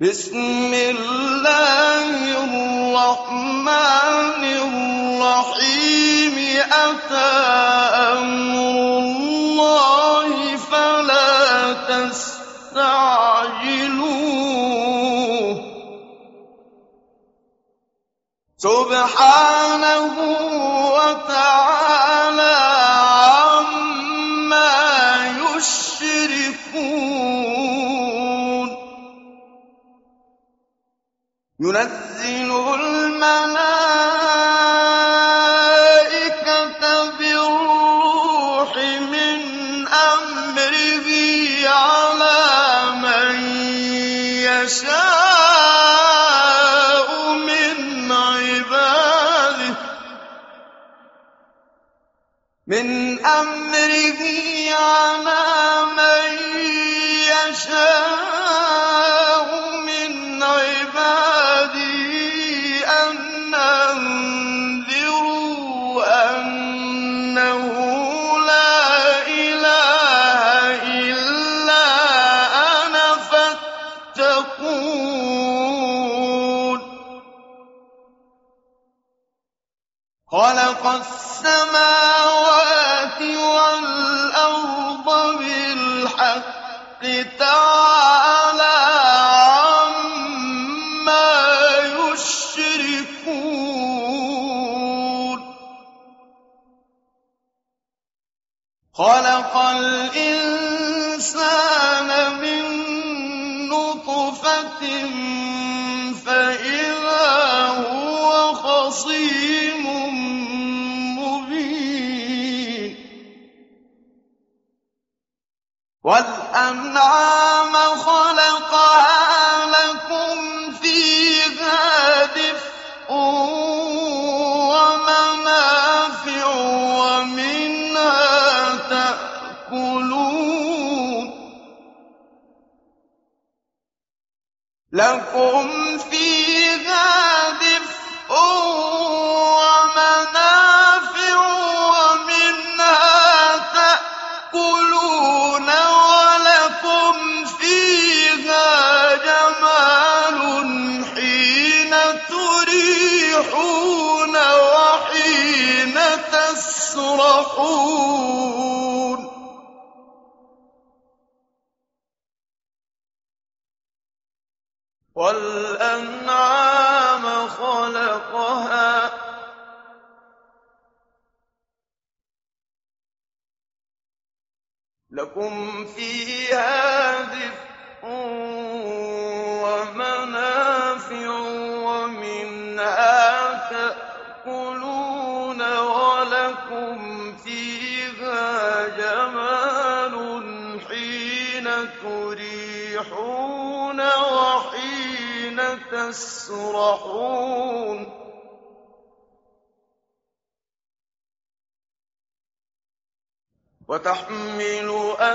بسم الله الرحمن الرحيم أتى أمر الله فلا تستعجلوه سبحانه وتعالى عما يشركون ينزل الملائكة بالروح من أمره على من يشاء من عباده أن أنذروا أنه لا إله إلا أنا فاتقون خلق السماوات والأرض بالحق تعالى عما يشركون خلق الإنسان من نطفة فإذا هو خصيم مبين والأنعام خلقها لكم فيها دفء ومنافع ومنها تأكلون لكم فيها دفء ومنافع ومنها تأكلون ولكم فيها جمال حين تريحون وحين تسرحون والأنعام خلقها لكم فيها دفء ومنافع ومنها تأكلون ولكم فيها جمال حين تريحون وحين تسرحون وتحمل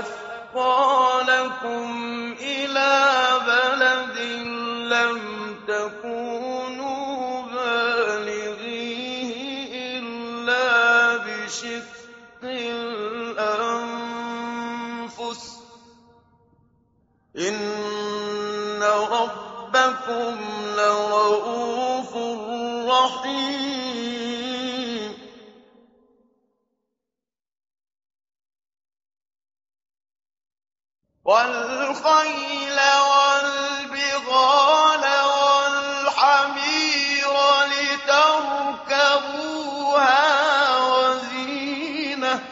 أثقالكم إلى بلد لم تكونوا بالغيه إلا بشق الأنفس إن ربكم لرءوف رحيم والخيل والبغال والحمير لتركبوها وزينة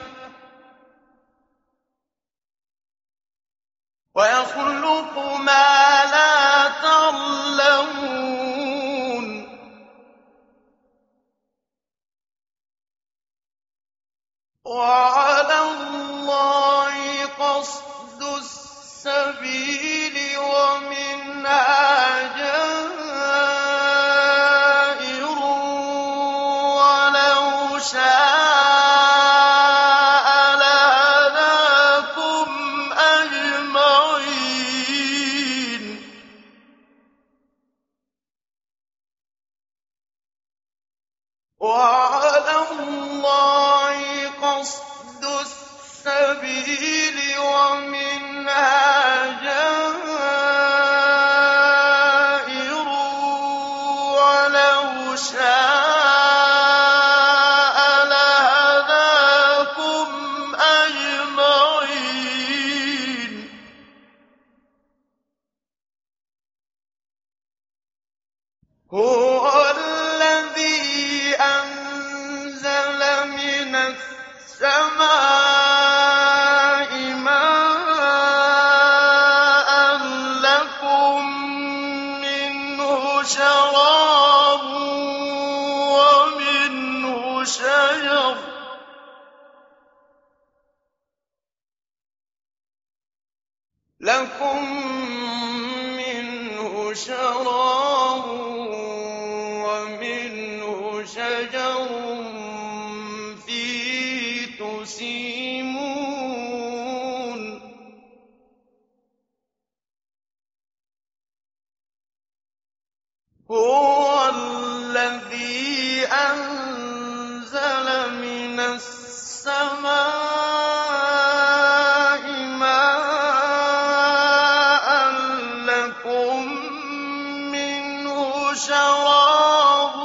ويخلق ما لا تعلمون وعلى الله قصد السبيل ومنها جائر ولو شاء لهداكم أجمعين وعلى الله قصد السبيل ومنها جائر شَاءَ لَهَدَاكُمْ أَجْمَعِينَ هُوَ الَّذِي أَنزَلَ مِنَ السَّمَاءِ مَاءً لَّكُم مِّنْهُ شَرَابٌ وَمِنْهُ شَجَرٌ فِيهِ تُسِيمُونَ هُوَ الَّذِي أَنزَلَ مِنَ السَّمَاءِ مَاءً لَّكُم مِّنْهُ شَرَابٌ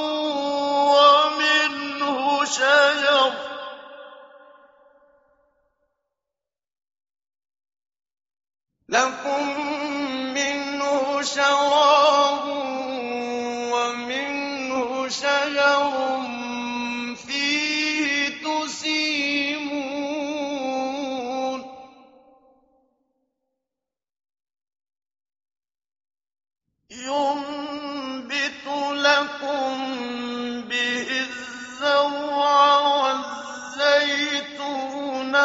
وَمِنْهُ شَجَرٌ فِيهِ تُسِيمُونَ يُنبِتُ لَكُم بِهِ الزَّرْعَ وَالزَّيْتُونَ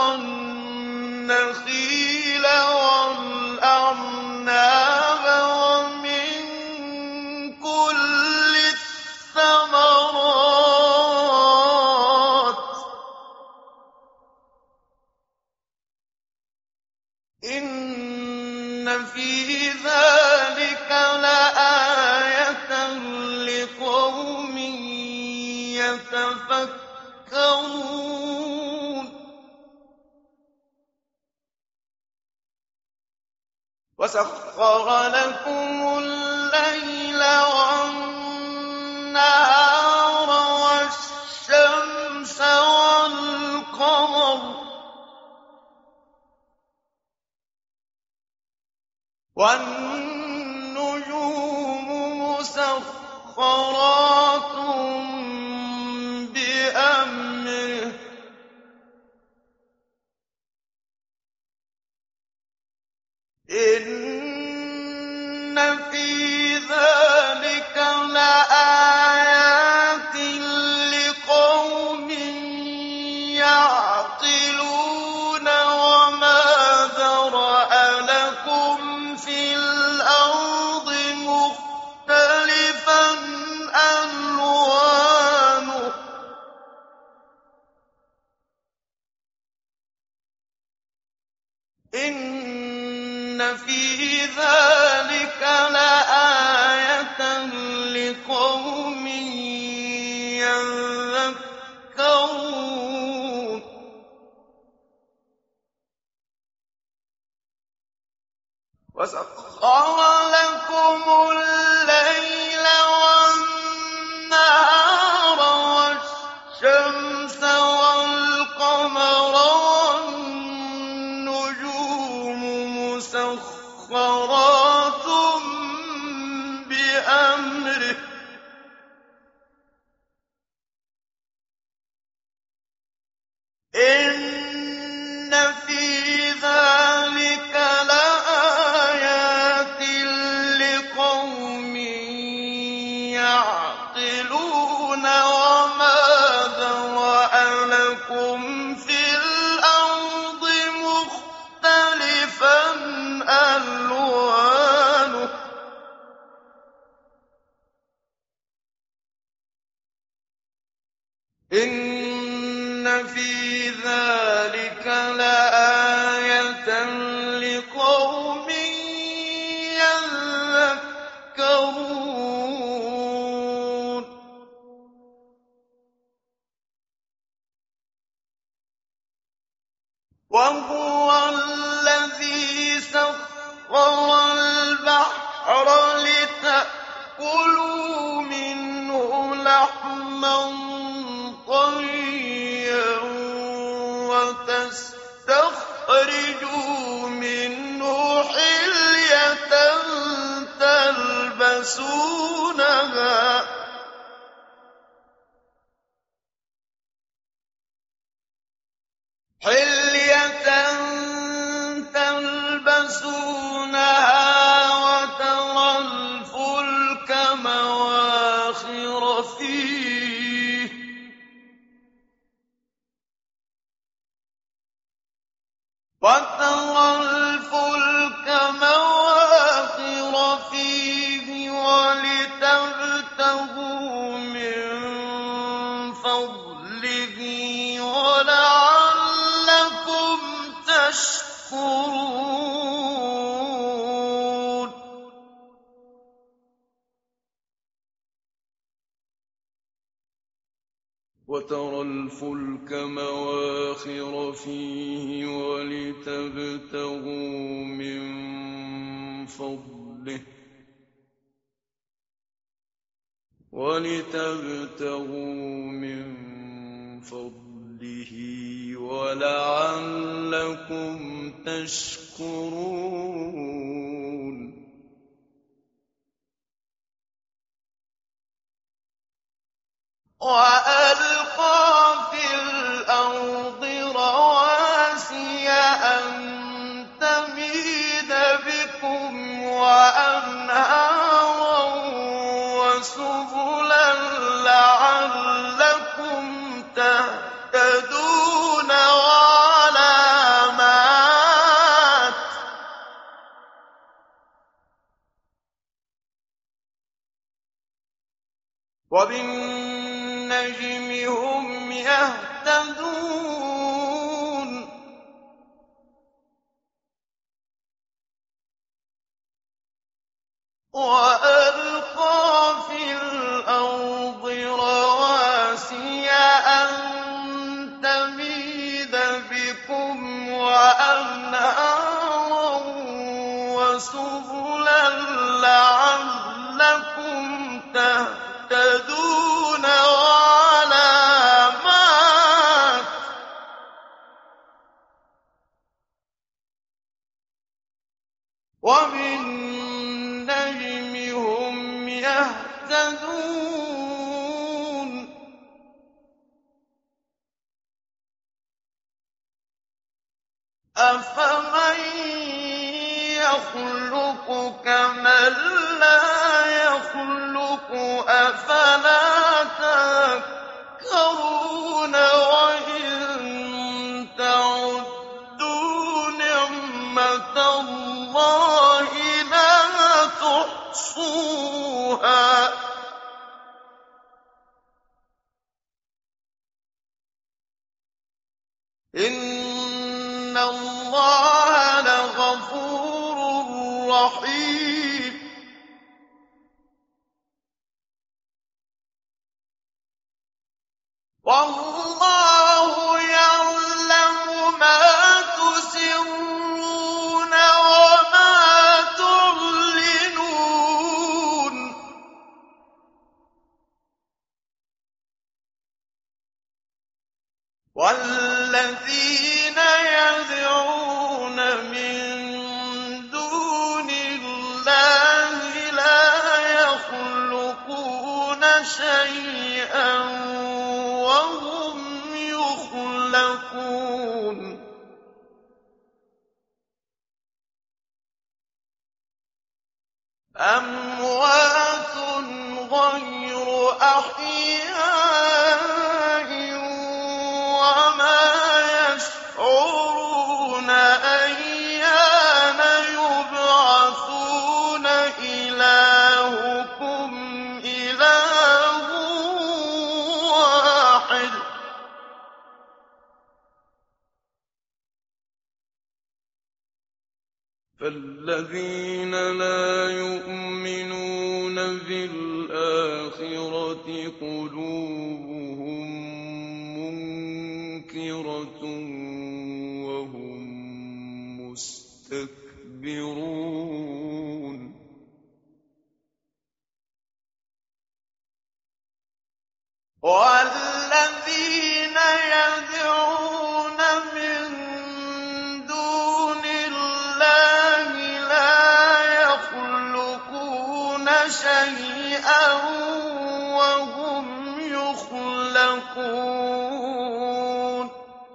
وَالنَّخِيلَ وَالْأَعْنَابَ وَمِن كُلِّ الثَّمَرَاتِ ۗ إِنَّ فِي ذَٰلِكَ لَآيَةً لِّقَوْمٍ يَتَفَكَّرُونَ وَسَخَّرَ لَكُمُ اللَّيْلَ وَالنَّهَارَ وَالشَّمْسَ وَالْقَمَرَ ۖ وَالنُّجُومُ مُسَخَّرَاتٌ بِأَمْرِهِ ۗ إِنَّ فِي ذَٰلِكَ لَآيَاتٍ لِّقَوْمٍ يَعْقِلُونَ وَمَا ذَرَأَ لَكُمْ فِي الْأَرْضِ مُخْتَلِفًا أَلْوَانُهُ ۗ إِنَّ في ذَٰلِكَ لَآيَةً لِّقَوْمٍ يَذَّكَّرُونَ وَسَخَّرَ لَكُمُ اللَّيْلَ وَالنَّهَارَ وَالشَّمْسَ وَالْقَمَرَ وَالنُّجُومُ مُسَخَّرَاتٌ بِأَمْرِهِ ۗ إِنَّ فِي ذَٰلِكَ لَآيَاتٍ لِّقَوْمٍ يَعْقِلُونَ وَمَا ذَرَأَ لَكُمْ فِي الْأَرْضِ مُخْتَلِفًا أَلْوَانُهُ ۗ إِنَّ في ذَٰلِكَ لَآيَةً لِّقَوْمٍ يَذَّكَّرُونَ وَهُوَ الَّذِي سَخَّرَ الْبَحْرَ لِتَأْكُلُوا فَكُلُوا مِنْهُ لَحْمًا طَرِيًّا وَتَسْتَخْرِجُوا مِنْهُ حِلْيَةً تَلْبَسُونَهَا وَتَرَى الْفُلْكَ مَوَاخِرَ فِيهِ وَلِتَبْتَغُوا مِن فَضْلِهِ وَلَعَلَّكُمْ تَشْكُرُونَ وَتَرَى الْفُلْكَ مَوَاخِرَ فِيهِ وَلِتَبْتَغُوا مِن فَضْلِهِ وَلَعَلَّكُمْ تَشْكُرُونَ وَأَلْقَىٰ فِي الْأَرْضِ رَوَاسِيَ أَن تَمِيدَ بِكُمْ وَأَنْهَارًا وَسُبُلًا لَّعَلَّكُمْ تَهْتَدُونَ وَعَلَامَاتٍ ۚ وَبِالنَّجْمِ هُمْ يَهْتَدُونَ وَأَلْقَىٰ فِي الْأَرْضِ رَوَاسِيَ أَن تَمِيدَ بِكُمْ وَأَنْهَارًا وَسُبُلًا لَّعَلَّكُمْ تَهْتَدُونَ وَعَلَامَاتٍ ۚ وَبِالنَّجْمِ هُمْ يَهْتَدُونَ أَفَمَن يَخْلُقُ كَمَن لَّا يَخْلُقُ ۗ أَفَلَا تَذَكَّرُونَ وَإِن تَعُدُّوا نِعْمَةَ اللَّهِ لَا تُحْصُوهَا ۗ إِنَّ اللَّهَ لَغَفُورٌ رَّحِيمٌ وَاللَّهُ يَعْلَمُ مَا تُسِرُّونَ وَمَا تُعْلِنُونَ وَالَّذِينَ يَدْعُونَ مِن دُونِ اللَّهِ لَا يَخْلُقُونَ شَيْئًا وَهُمْ يُخْلَقُونَ أَمْوَاتٌ غَيْرُ أَحْيَاءٍ وَمَا يَشْعُرُونَ أَيَّانَ يُبْعَثُونَ إِلَٰهُكُمْ إِلَٰهٌ وَاحِدٌ ۚ فَالَّذِينَ لَا يُؤْمِنُونَ بِالْآخِرَةِ قُلُوبُهُم مُّنكِرَةٌ وَهُم مُّسْتَكْبِرُونَ الَّذِينَ يَدْعُونَ مِن دُونِ اللَّهِ لَا يَخْلُقُونَ شَيْئًا وَهُمْ يُخْلَقُونَ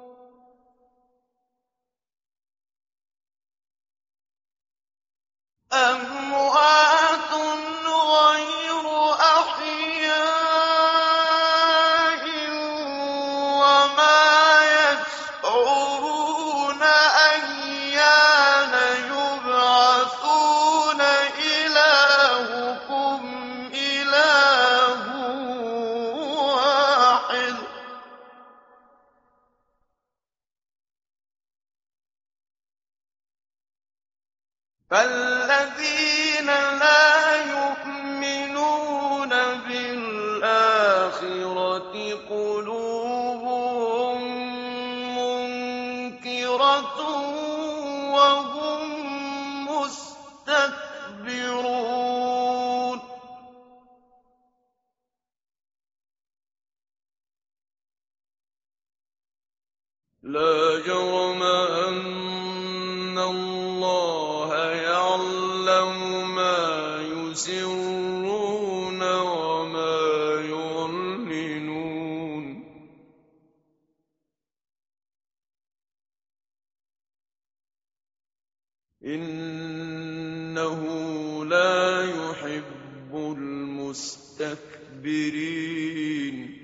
أَمْوَاتٌ غَيْرُ أَحْيَاءٍ وَمَا يَشْعُرُونَ أَيَّانَ يُبْعَثُونَ إِلَٰهُكُمْ إِلَٰهٌ وَاحِدٌ ۚ فَالَّذِينَ لَا يُؤْمِنُونَ بِالْآخِرَةِ قُلُوبُهُم مُّنكِرَةٌ وَهُم مُّسْتَكْبِرُونَ لَا جَرَمَ أَنَّ اللَّهَ يَعْلَمُ مَا يُسِرُّونَ وَمَا يُعْلِنُونَ إِنَّهُ لَا يُحِبُّ الْمُسْتَكْبِرِينَ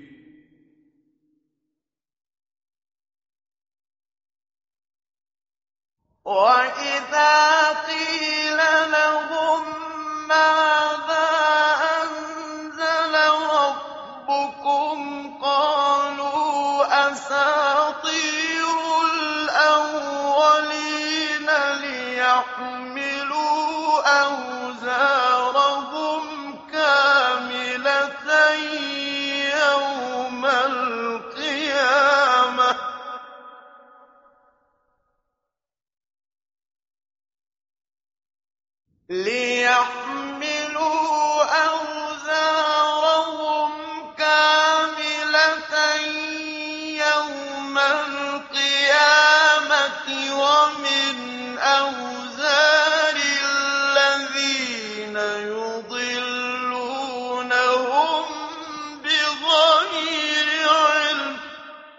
وَإِذَا قِيلَ لَهُم مَّاذَا أَنزَلَ رَبُّكُمْ قَالُوا أَسَاطِيرُ الْأَوَّلِينَ لِيَحْمِلُوا أَوْزَارَهُمْ كَامِلَةً يَوْمَ الْقِيَامَةِ وَمِنْ أَوْزَارِ الَّذِينَ يُضِلُّونَهُم بِغَيْرِ عِلْمٍ ۗ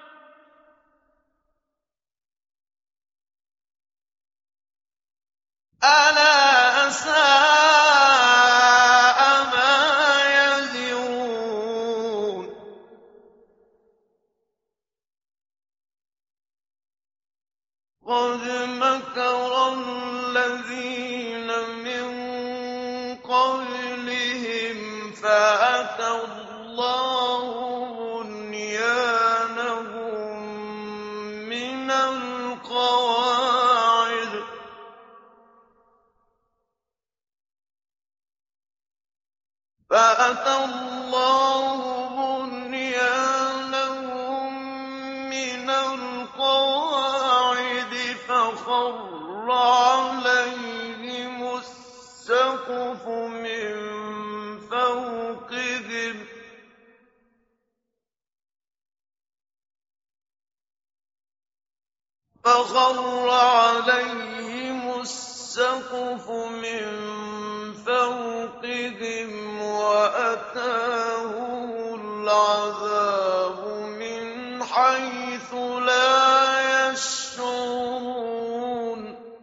أَلَا سَاءَ مَا يَزِرُونَ قَدْ مَكَرَ الَّذِينَ مِن قَبْلِهِمْ فَأَتَى اللَّهُ بُنْيَانَهُم مِّنَ الْقَوَاعِدِ فَخَرَّ عَلَيْهِمُ السَّقْفُ مِن فَوْقِهِمْ وَأَتَاهُمُ الْعَذَابُ مِنْ حَيْثُ لَا يَشْعُرُونَ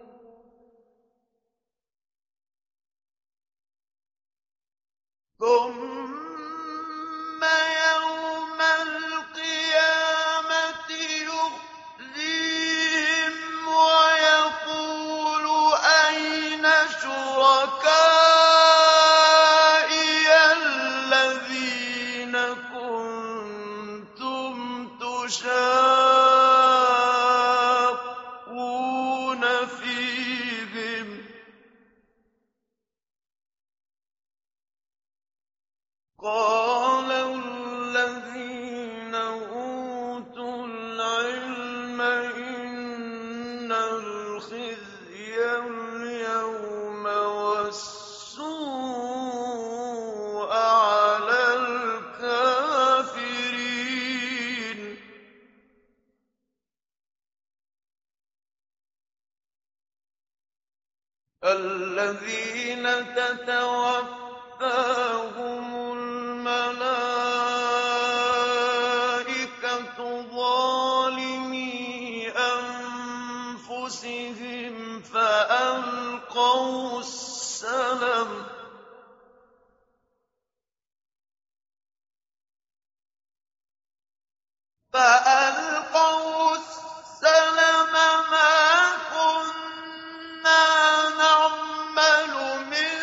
ثُمَّ يَوْمَ الْقِيَامَةِ يُخْزِيهِمْ وَيَقُولُ أَيْنَ شُرَكَائِيَ الَّذِينَ كُنتُمْ تُشَاقُّونَ فِيهِمْ ۚ قَالَ الَّذِينَ أُوتُوا الْعِلْمَ إِنَّ الْخِزْيَ الْيَوْمَ وَالسُّوءَ عَلَى الْكَافِرِينَ تَتَوَفَّاهُمُ الْمَلَائِكَةُ ظَالِمِي أَنفُسِهِمْ فَأَلْقَوُا السَّلَمَ مَا كُنَّا نَعْمَلُ مِن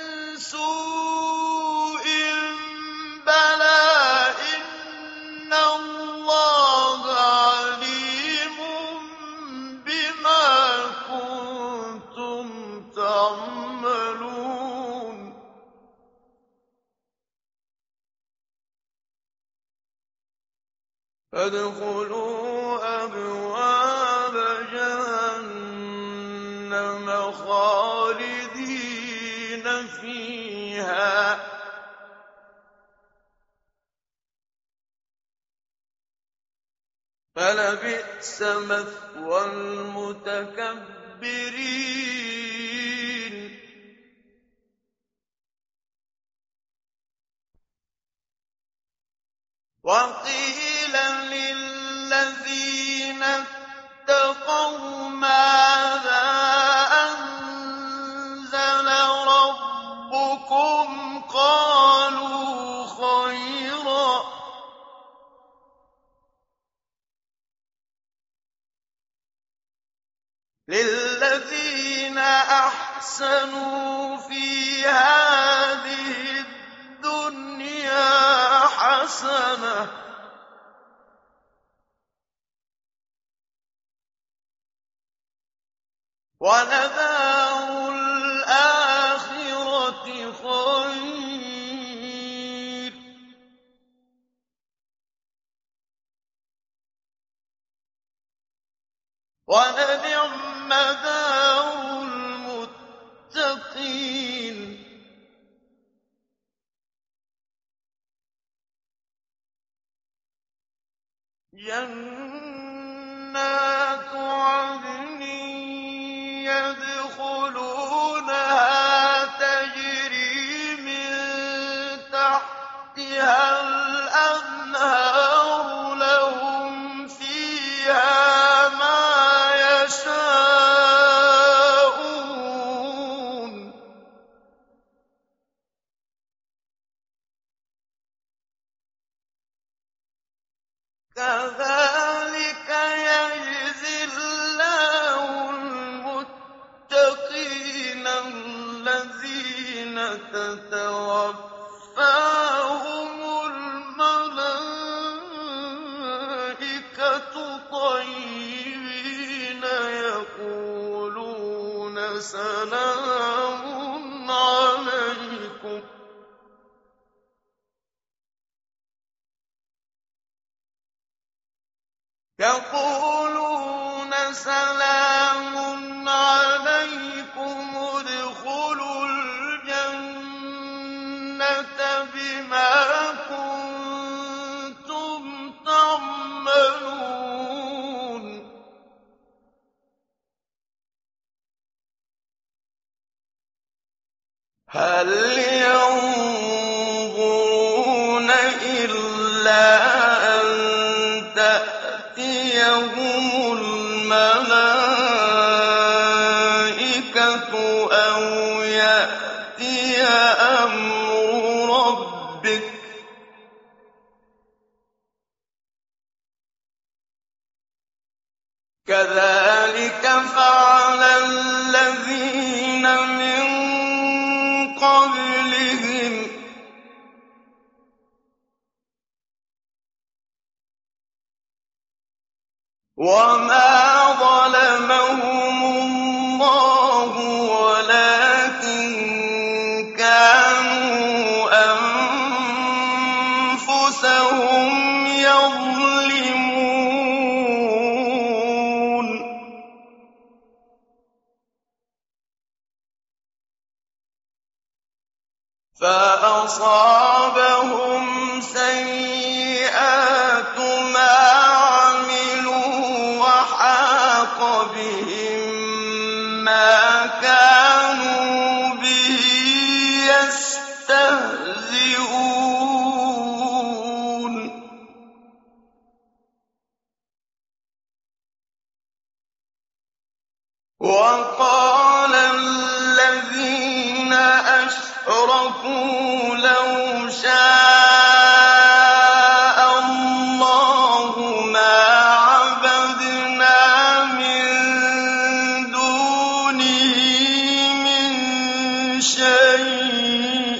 سُوءٍ بَلَىٰ إِنَّ اللَّهَ عَلِيمٌ بِمَا كُنتُمْ تَعْمَلُونَ فَادْخُلُوا أَبْوَابَ جَهَنَّمَ خَالِدِينَ فِيهَا ۖ فَلَبِئْسَ مَثْوَى الْمُتَكَبِّرِينَ وَقِيلَ لِلَّذِينَ اتَّقَوْا مَاذَا أَنزَلَ رَبُّكُمْ ۚ قَالُوا خَيْرًا ۗ لِّلَّذِينَ أَحْسَنُوا فِي هَٰذِهِ الدُّنْيَا حَسَنَةٌ ۚ وَلَدَارُ الْآخِرَةِ خَيْرٌ ۚ وَلَنِعْمَ دَارُ الْمُتَّقِينَ جَنَّاتُ عَدْنٍ يَدْخُلُونَهَا تَجْرِي مِن تَحْتِهَا الْأَنْهَارُ ۖ لَهُمْ فِيهَا مَا يَشَاءُونَ ۚ كَذَٰلِكَ يَجْزِي اللَّهُ الْمُتَّقِينَ الَّذِينَ تَتَوَفَّاهُمُ الْمَلَائِكَةُ طَيِّبِينَ يَقُولُونَ سَلَامٌ عَلَيْكُمْ ۚ ادْخُلُوا الْجَنَّةَ بِمَا كُنتُمْ تَعْمَلُونَ هَلْ يَنظُرُونَ إِلَّا أَن تَأْتِيَهُمُ الْمَلَائِكَةُ أَوْ يَأْتِيَ أَمْرُ رَبِّكَ ۚ كَذَٰلِكَ فَعَلَ الَّذِينَ مِن قَبْلِهِمْ ۚ وَمَا ظَلَمَهُمُ اللَّهُ وَلَٰكِن كَانُوا أَنفُسَهُمْ يَظْلِمُونَ فَأَصَابَهُمْ سَيِّئَاتُ مَا عَمِلُوا وَحَاقَ بِهِم مَّا كَانُوا بِهِ وقال الذين أشركوا لو شاء الله ما عبدنا من دونه من شيء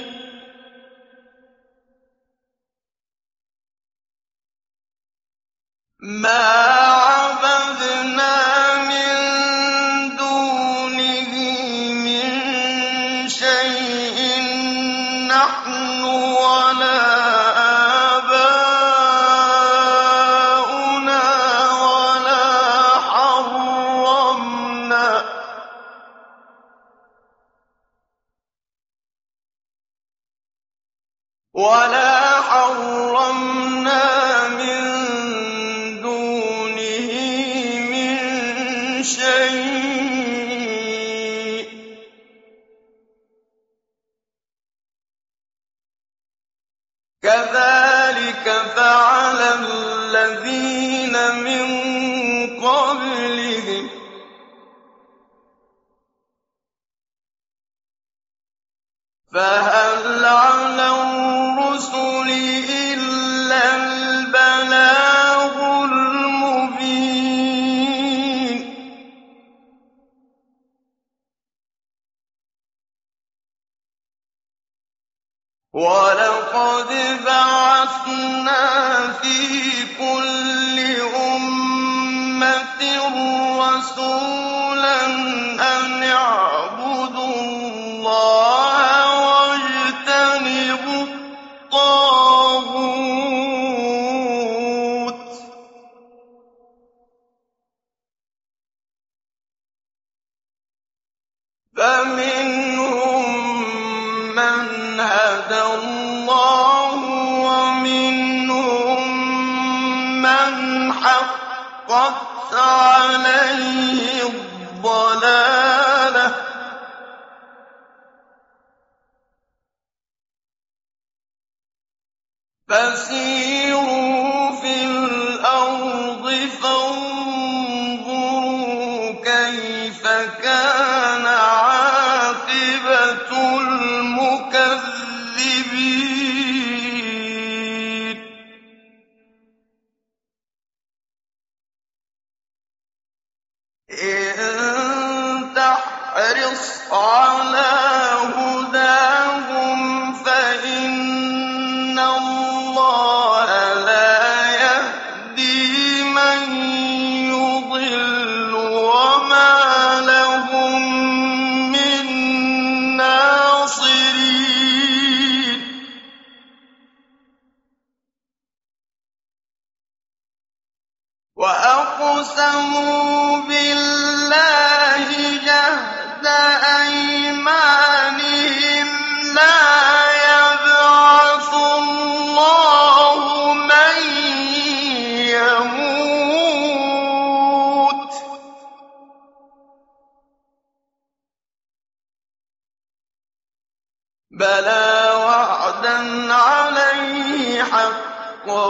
نحن ولا آباؤنا ولا حرمنا من دونه من شيء كذلك فعل الذين من قبلهم فهل على الرسل إلا البلاغ المبين ولقد بعثنا في كل أمة رسولا أن اعبدوا الله واجتنبوا الطاغوت فمنهم من هدى الله ومنهم من حقت عليه الضلالة فسيروا في الأرض فانظروا كيف كان عاقبة المكذبين إن تحرص على هداهم فإن الله لا يهدي من يضل وما لهم من ناصرين وأقسموا بالله جهد أيمانهم لا يبعث الله من يموت بلى وعدا عليه حقا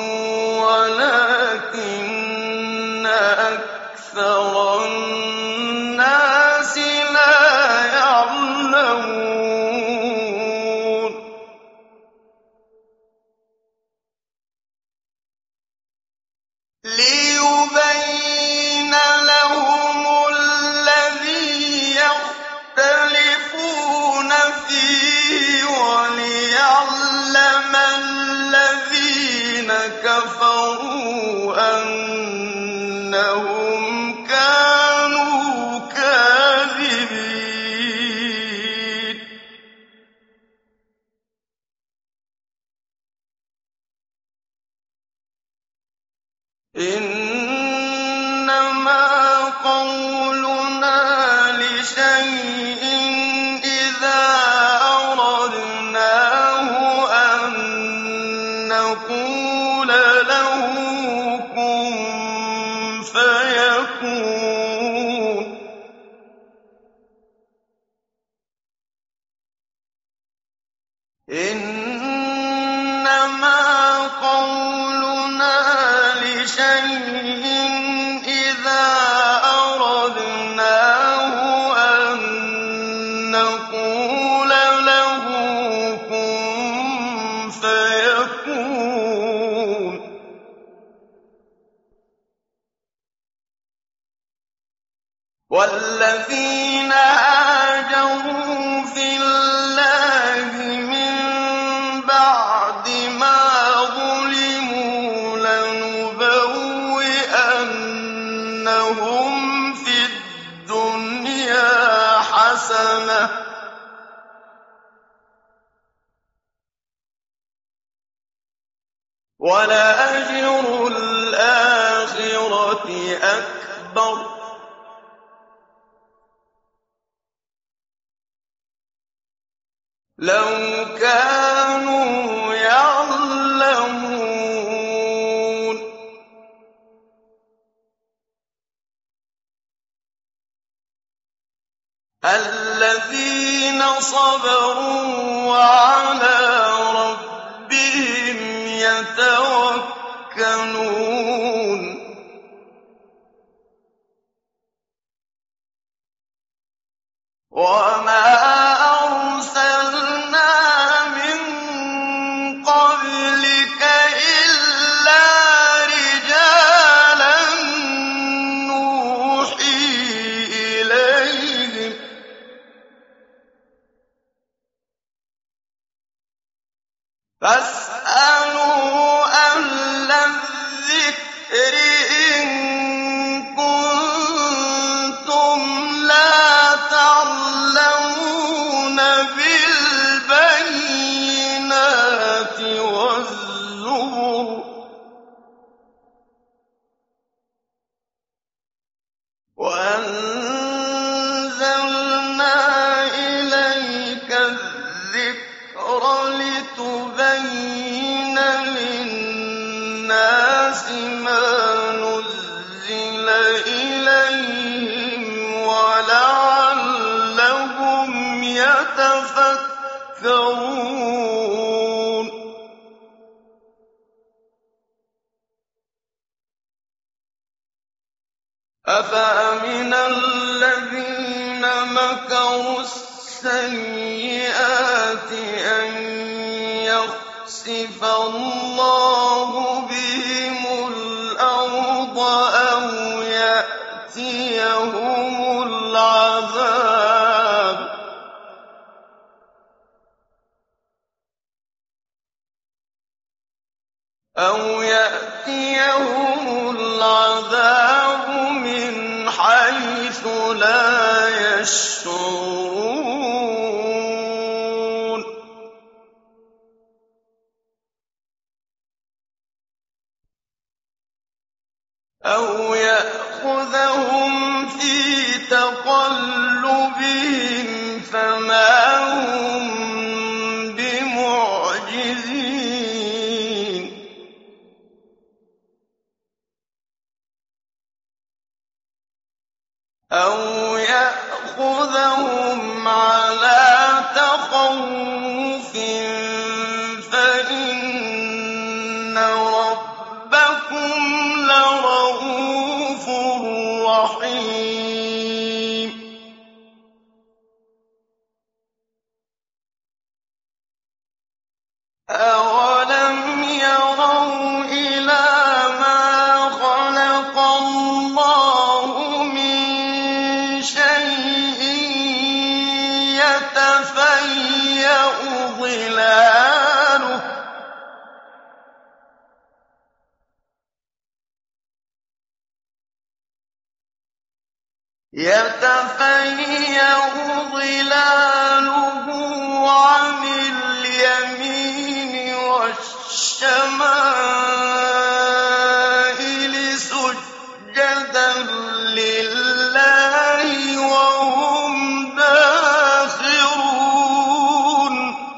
ولكن أكثر الناس لا يعلمون ليبين لهم الذي يختلفون فيه وليعلم الذين كفروا أنهم كانوا كاذبين إنما قولنا لشيء إذا أردناه أن نقول له كن فيكون إنما قولنا لشيء إذا أردناه وَلَأَجْرُ الْآخِرَةِ أَكْبَرُ ۚ لَوْ كَانُوا يَعْلَمُونَ. الَّذِينَ صَبَرُوا وَعَلَىٰ رَبِّهِمْ يَتَوَكَّلُونَ وَمَا أَرْسَلْنَا مِن قَبْلِكَ إِلَّا رِجَالًا نُّوحِي إِلَيْهِمْ ۚ فَاسْأَلُوا أَهْلَ الذِّكْرِ إِن كُنتُمْ لَا تَعْلَمُونَ بِالْبَيِّنَاتِ وَالزُّبُرِ ۗ وَأَنزَلْنَا إِلَيْكَ الذِّكْرَ لِتُبَيِّنَ لِلنَّاسِ مَا نُزِّلَ إِلَيْهِمْ وَلَعَلَّهُمْ يَتَفَكَّرُونَ أَفَأَمِنَ الَّذِينَ مَكَرُوا السَّيِّئَاتِ أَن يَخْسِفَ اللَّهُ بِهِمُ الْأَرْضَ أَوْ يَأْتِيَهُمُ الْعَذَابُ مِنْ حَيْثُ لَا يَشْعُرُونَ أَوْ يَأْخُذَهُمْ فِي تَقَلُّبِهِمْ فَمَا هُم بِمُعْجِزِينَ أَوْ يَأْخُذَهُمْ عَلَىٰ تَخَوُّفٍ فَإِنَّ رَبَّكُمْ لَرَءُوفٌ رَّحِيمٌ أَوَلَمْ يَرَوْا إِلَىٰ مَا خَلَقَ اللَّهُ مِن شَيْءٍ يَتَفَيَّأُ ظِلَالُهُ عَنِ الْيَمِينِ وَالشَّمَائِلِ سُجَّدًا لِّلَّهِ وَهُمْ دَاخِرُونَ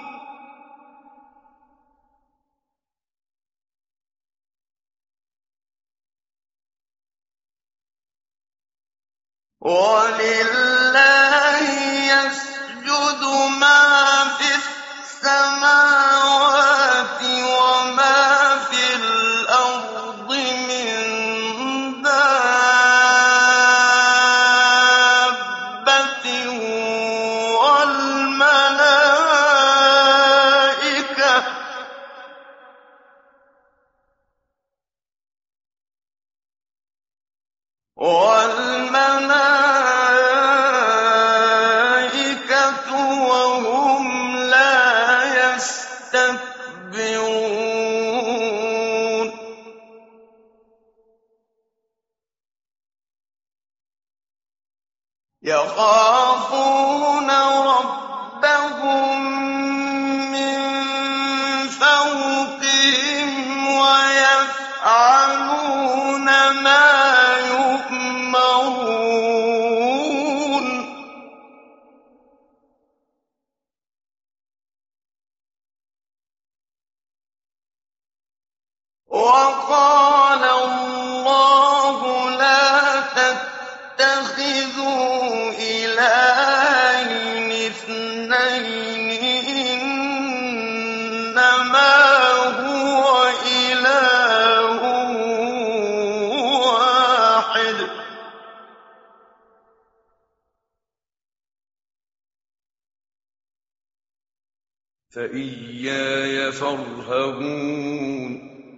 وَلِلَّهِ يَسْجُدُ مَا فِي السَّمَاوَاتِ وَمَا فِي الْأَرْضِ مِن دَابَّةٍ وَالْمَلَائِكَةُ وَهُمْ لَا يَسْتَكْبِرُونَ يَخَافُونَ رَبَّهُم مِّن فَوْقِهِمْ وَيَفْعَلُونَ مَا يُؤْمَرُونَ وَقَالَ اللَّهُ لَا تَتَّخِذُوا إِلَٰهَيْنِ اثْنَيْنِ إِنَّمَا هُوَ إِلَٰهٌ وَاحِدٌ ۖ فَإِيَّايَ فَارْهَبُونِ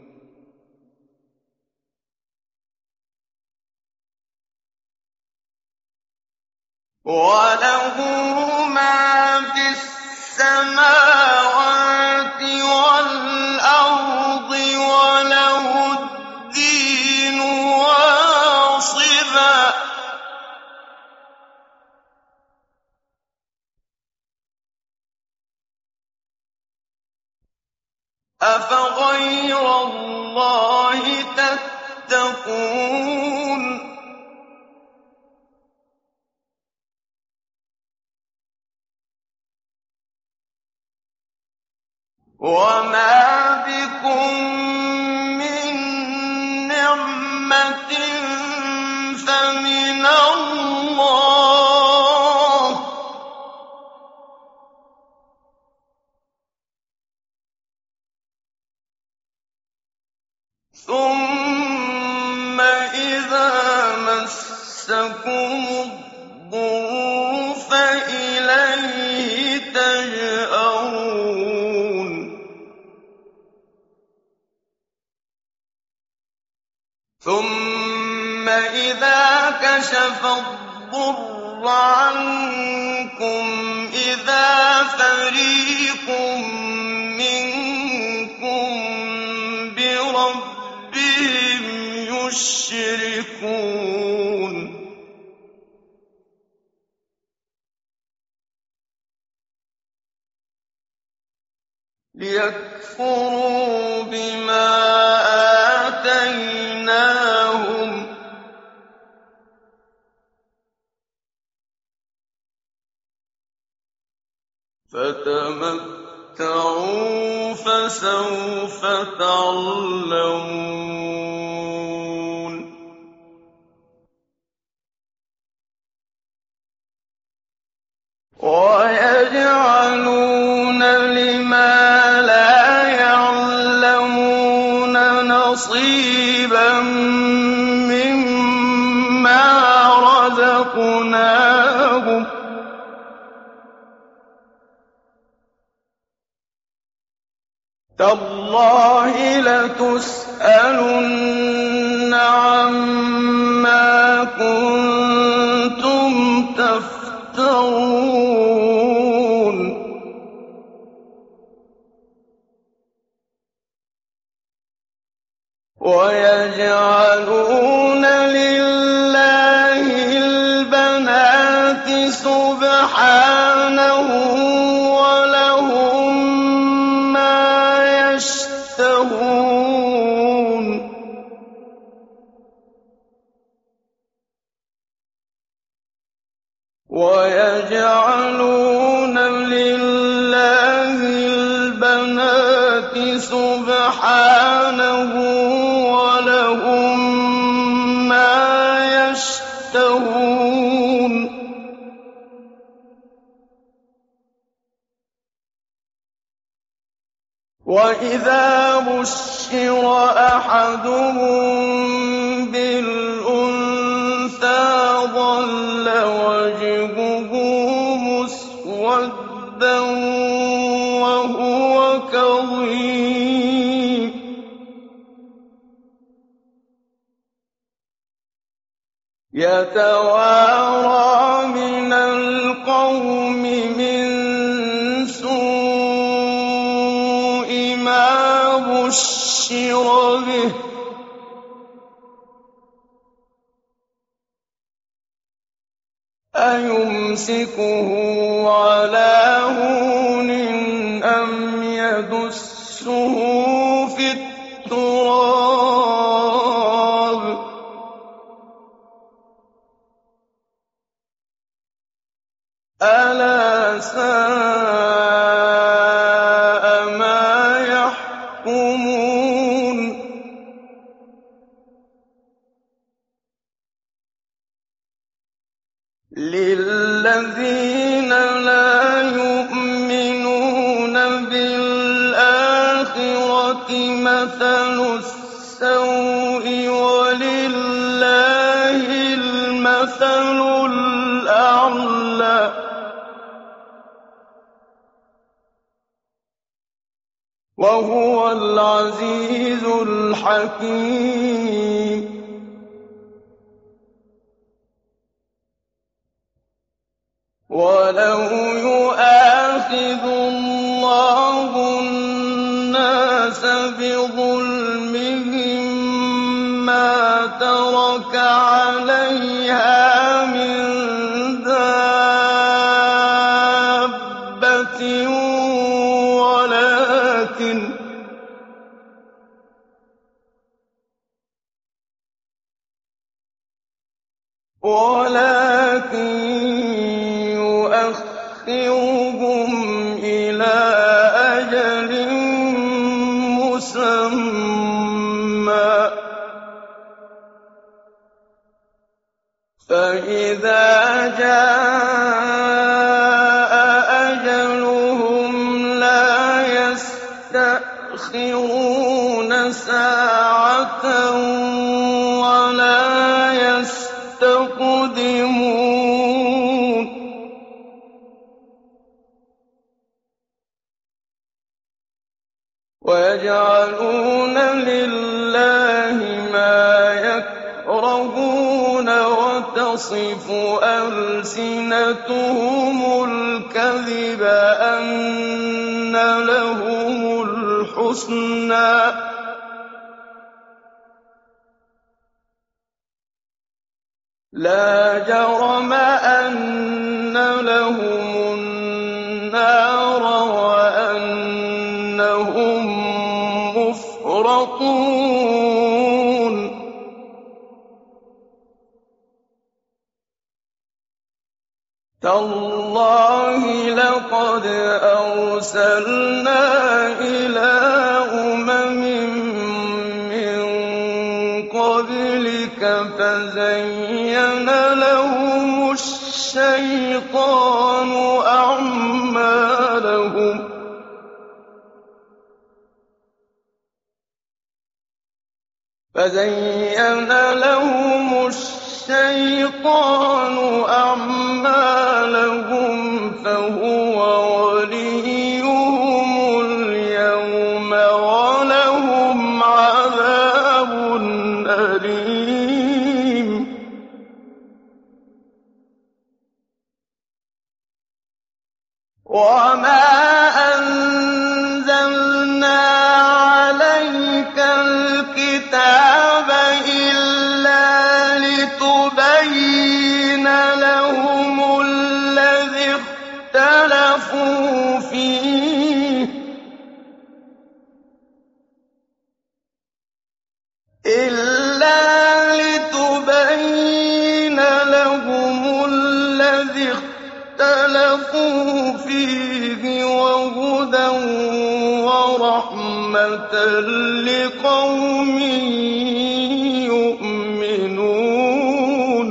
وَلَهُ مَا فِي السَّمَاوَاتِ وَالْأَرْضِ وَلَهُ الدِّينُ وَاصِبًا ۚ أَفَغَيْرَ اللَّهِ تَتَّقُونَ وَمَا بِكُم مِّن نِّعْمَةٍ فَمِنَ اللَّهِ ۖ ثُمَّ إِذَا مَسَّكُمُ الضُّرُّ فَإِلَيْهِ تَجْأَرُونَ ثُمَّ إِذَا كَشَفَ الضُّرَّ عَنكُمْ إِذَا فَرِيقٌ مِّنكُم بِرَبِّهِمْ يُشْرِكُونَ لِيَكْفُرُوا بِمَا آتَيْنَاهُمْ ۚ فَتَمَتَّعُوا فَسَوْفَ تَعْلَمُونَ وَيَجْعَلُونَ لِمَا لَا يَعْلَمُونَ نَصِيبًا مِّمَّا رَزَقْنَاهُمْ ۗ تَاللَّهِ لَتُسْأَلُنَّ عَمَّا كُنتُمْ تَفْتَرُونَ وَيَجْعَلُونَ لِلَّهِ الْبَنَاتِ سُبْحَانَهُ وَلَهُم مَّا يَشْتَهُونَ وَيَجْعَلُونَ لِلَّهِ الْبَنَاتِ سُبْحَانَهُ وَلَهُم مَّا يَشْتَهُونَ وَإِذَا بُشِّرَ أَحَدُهُم بِالْأُنثَىٰ ظَلَّ وَجْهُهُ مُسْوَدًّا وَهُوَ كَظِيمٌ يَتَوَارَىٰ مِنَ الْقَوْمِ مِن سُوءِ مَا بُشِّرَ بِهِ ۚ أَيُمْسِكُهُ عَلَىٰ هُونٍ أَمْ يَدُسُّهُ فِي التُّرَابِ التراب ألا ساء ما يحكمون للذين لا يؤمنون بالآخرة مثل السوء ولله المثل الأعلى وهو العزيز الحكيم ولو يؤاخذ الله الناس بظلمهم ما ترك عليها من دابة ولكن يؤخرهم إلى أجل مسمى فإذا جاء أجلهم لا يستأخرون ساعة ولا يستقدمون ويجعلون لله ما يكرهون وتصف ألسنتهم الكذب أن لهم الحسنى لا جرم أن لهم النار وأنهم مفرطون تالله لقد أرسلنا إلى أمم من قبلك فزين لهم الشيطان أعمالهم فهو وليهم اليوم ولهم عذاب أليم وما أنزلنا عليك الكتاب إلا لتبين لهم الذي اختلفوا فيه وهدى ورحمة لقوم يؤمنون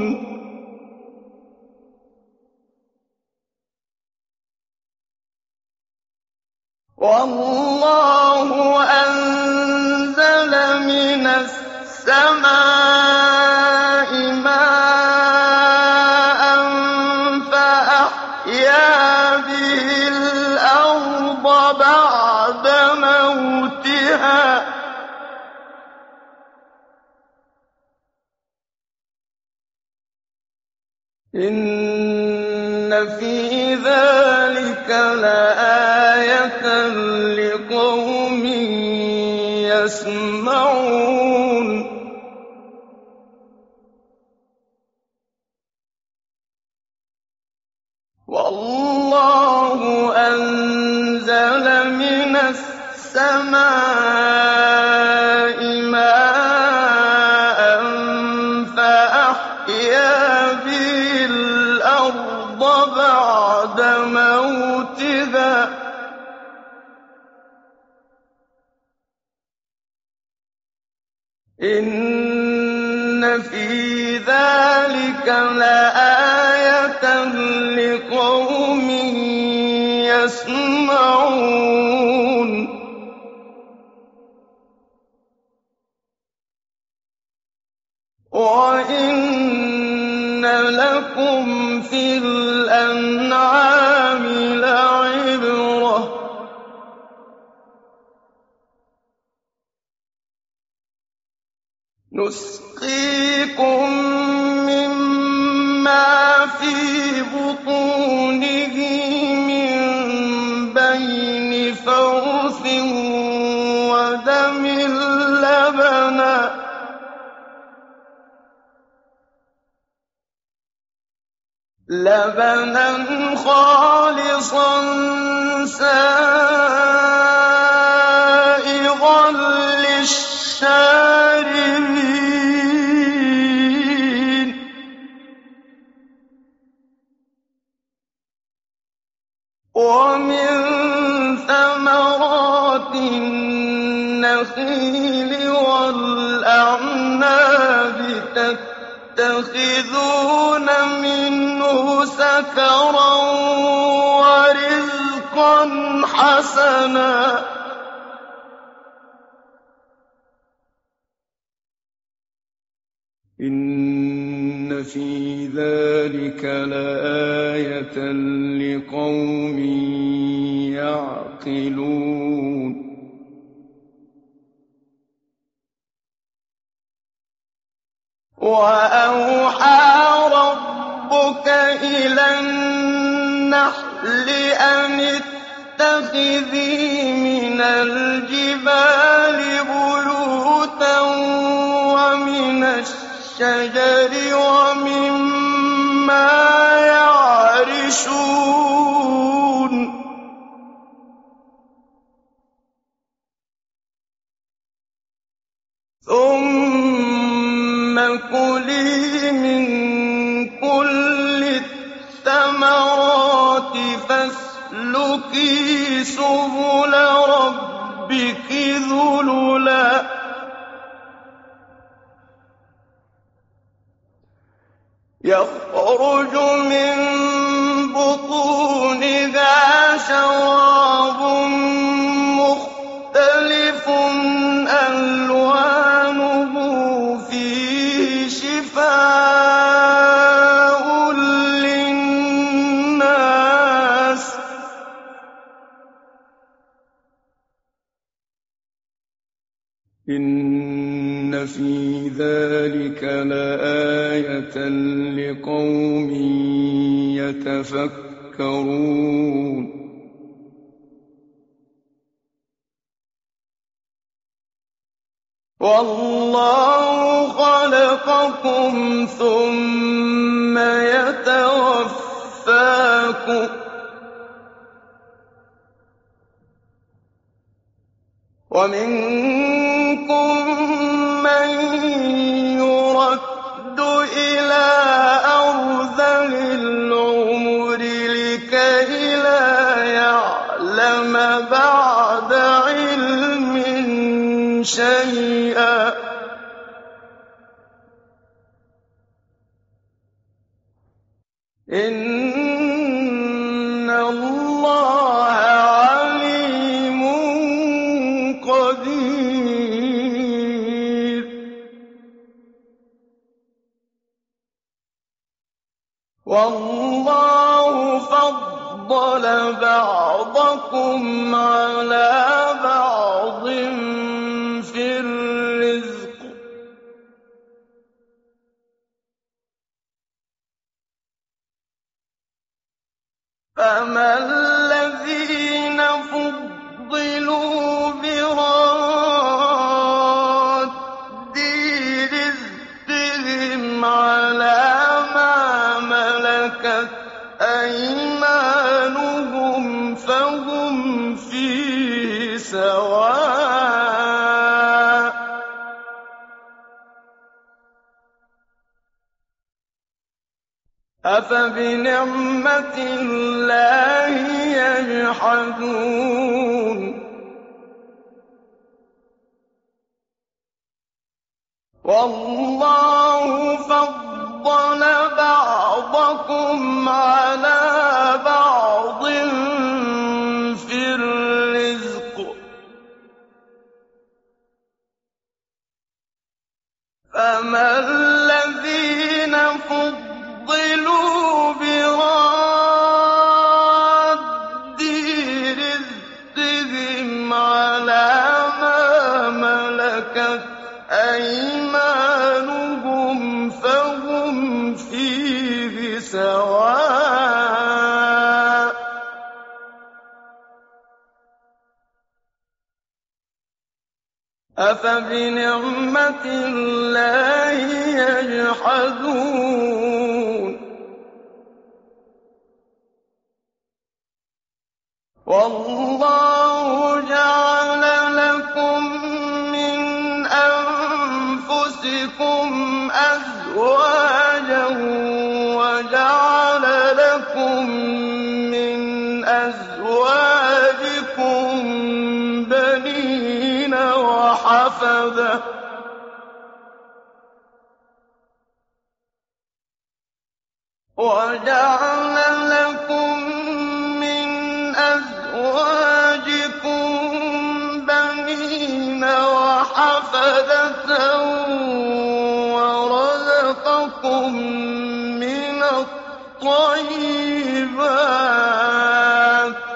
والله أنزل من السماء ماء فأحيا به الأرض بعد موتها إن في ذلك لآية لقوم يسمعون والله أنزل من السماء إِنَّ فِي ذَٰلِكَ لَآيَةً لِّقَوْمٍ يَسْمَعُونَ وَإِنَّ لَكُمْ فِي الْأَنْعَامِ لَعِبْرَةً ۖ نُسْقِيكُم مِّمَّا فِي بُطُونِهِ مِن بَيْنِ فَرْثٍ وَدَمٍ لَّبَنًا خَالِصًا سَائِغًا لِّلشَّارِبِينَ وَمِن ثَمَرَاتِ النَّخِيلِ وَالْأَعْنَابِ تَتَّخِذُونَ مِنْهُ سَكَرًا وَرِزْقًا حَسَنًا ۚ إِنَّ فِي ذَٰلِكَ لَآيَةً لِّقَوْمٍ يَعْقِلُونَ وَأَوْحَىٰ رَبُّكَ إِلَى النَّحْلِ أَنِ اتَّخِذِي مِنَ الْجِبَالِ بُيُوتًا وَمِنَ الشَّجَرِ وَمِمَّا يَعْرِشُونَ ثُمَّ كُلِي مِن كُلِّ الثَّمَرَاتِ فَاسْلُكِي سُبُلَ رَبِّكِ ذُلُلًا يَخْرُجُ مِن بُطُونِهَا شَرَابٌ مُّخْتَلِفٌ أَلْوَانُهُ فِيهِ شِفَاءٌ لِّلنَّاسِ ۗ إِنَّ فِي ذَٰلِكَ لَآيَةً لِّقَوْمٍ يَتَفَكَّرُونَ وَاللَّهُ خَلَقَكُمْ ثُمَّ يَتَوَفَّاكُمْ ۚ وَمِنكُم مَّن يُرَدُّ إِلَىٰ أَرْذَلِ الْعُمُرِ لِكَيْ لَا يَعْلَمَ بَعْدَ عِلْمٍ شَيْئًا ۚ إِنَّ اللَّهَ عَلِيمٌ قَدِيرٌ وَاللَّهُ فَضَّلَ بَعْضَكُمْ عَلَىٰ بَعْضٍ فِي الرِّزْقِ ۚ فَمَا الَّذِينَ فُضِّلُوا بِرَادِّي رِزْقِهِمْ عَلَىٰ مَا مَلَكَتْ أَيْمَانُهُمْ فَهُمْ فِيهِ سَوَاءٌ ۚ أَفَبِنِعْمَةِ اللَّهِ يَجْحَدُونَ وَاللَّهُ فَضَّلَ بَعْضَكُمْ عَلَىٰ بَعْضٍ فِي الرِّزْقِ ۚ فَمَا الَّذِينَ فُضِّلُوا بِرَادِّي رِزْقِهِمْ عَلَىٰ مَا مَلَكَتْ أَيْمَانُهُمْ فَهُمْ فِيهِ سَوَاءٌ ۚ أَفَبِنِعْمَةِ اللَّهِ يَجْحَدُونَ وَاللَّهُ جَعَلَ لَكُم مِّنْ أَنفُسِكُمْ أَزْوَاجًا وَجَعَلَ لَكُم مِّنْ أَزْوَاجِكُم بَنِينَ وَحَفَدَةً ۖ وَرَزَقَكُم مِّنَ الطَّيِّبَاتِ ۚ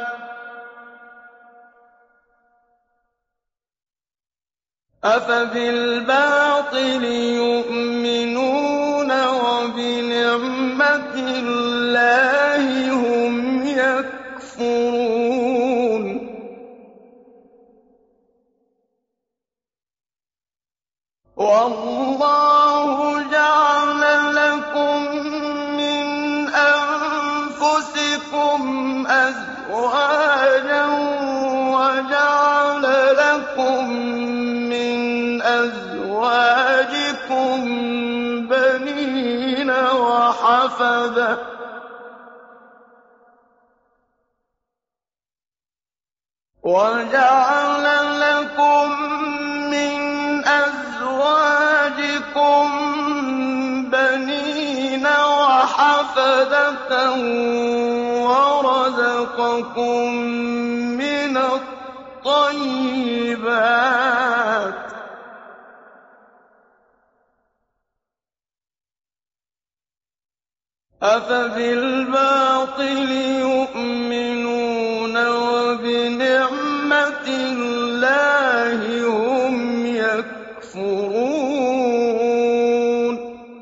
أَفَبِالْبَاطِلِ يُؤْمِنُونَ وَبِنِعْمَةِ اللَّهِ هُمْ يَكْفُرُونَ وَاللَّهُ جَعَلَ لَكُم مِّنْ أَنفُسِكُمْ أَزْوَاجًا وَجَعَلَ لَكُم مِّنْ أَزْوَاجِكُم بَنِينَ وَحَفَدَةً ۖ وَجَعَلَ لَكُم مِّنْ أَزْوَاجِكُم بَنِينَ وَحَفَدَةً وَرَزَقَكُم مِّنَ الطَّيِّبَاتِ ۚ أَفَبِالْبَاطِلِ يُؤْمِنُونَ وَبِنِعْمَةِ اللَّهِ هُمْ يَكْفُرُونَ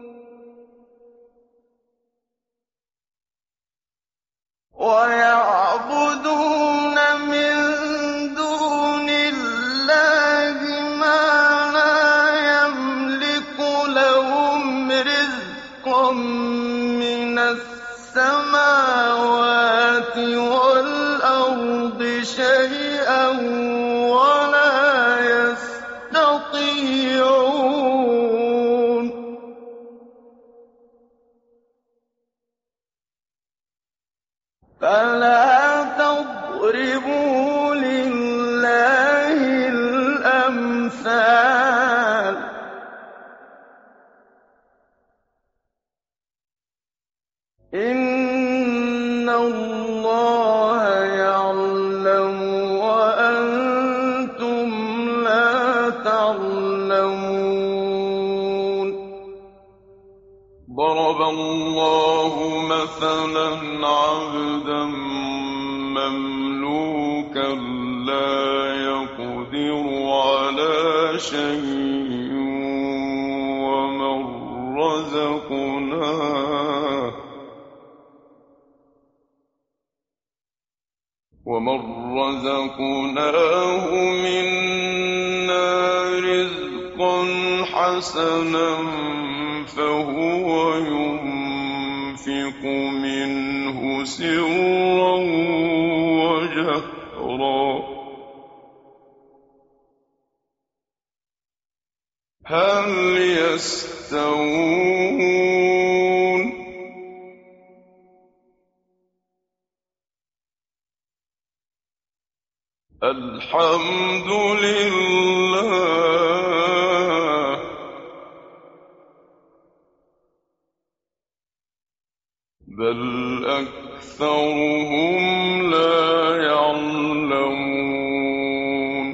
وَيَعْبُدُونَ مِن دُونِ اللَّهِ مَا لَا يَمْلِكُ لَهُمْ رِزْقًا مِّنَ السَّمَاوَاتِ وَالْأَرْضِ شَيْئًا وَلَا يَسْتَطِيعُونَ فَلَا تَضْرِبُوا لِلَّهِ الْأَمْثَالَ ۚ إِنَّ اللَّهَ يَعْلَمُ وَأَنتُمْ لَا تَعْلَمُونَ ضرب الله مثلا عبدا مملوكا لا يقدر على شيء ومن رزقناه منا رزقا حسنا فهو ينفق منه سرا وجهرا هل يستوون الحمد لله بل أكثرهم لا يعلمون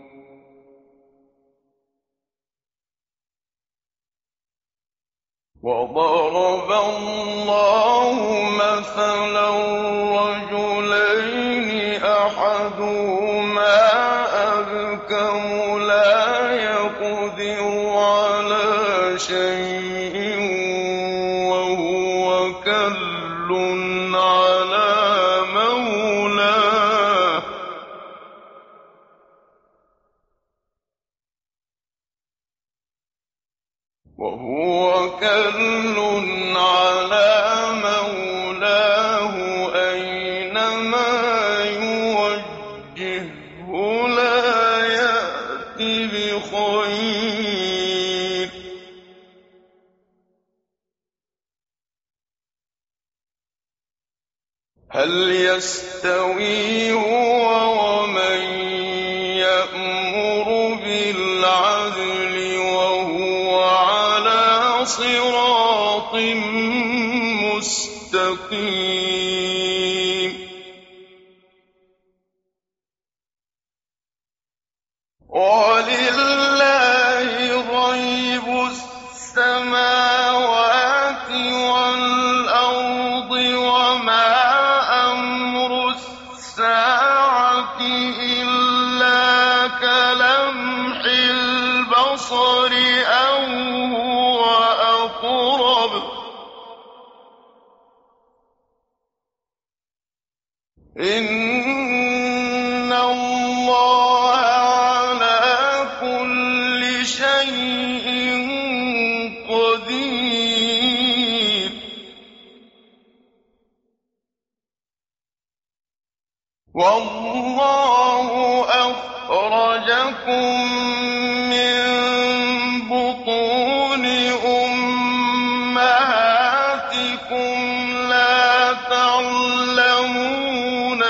وضرب الله مثلا رجلين أحدهما أبكم لا يقدر على شيء وهو كل على مولاه أينما يوجهه لا يأت بخير هل يستوي هو ومن يأمر بالعدل وهو على صراط مستقيم ولله غيب السماوات والأرض وما أمر الساعة إلا كلمح البصر أو هو أقرب إن الله على كل شيء قدير والله أخرجكم من بطون أمهاتكم لا تعلمون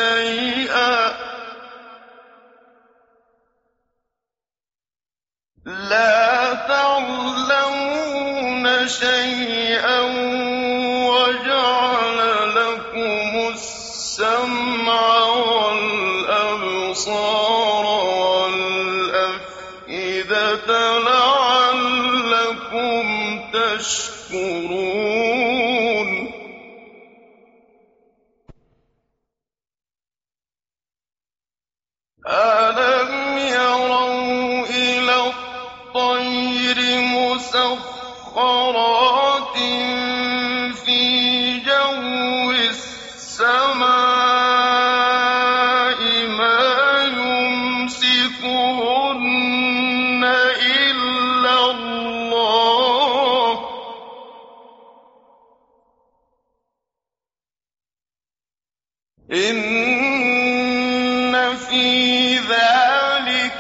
شيئا وجعل لكم السمع والأبصار والأفئدة لعلكم تشكرون ألم يروا إلى الطير مسخرات في جو السماء ما يمسكهن إلا الله إن في ذلك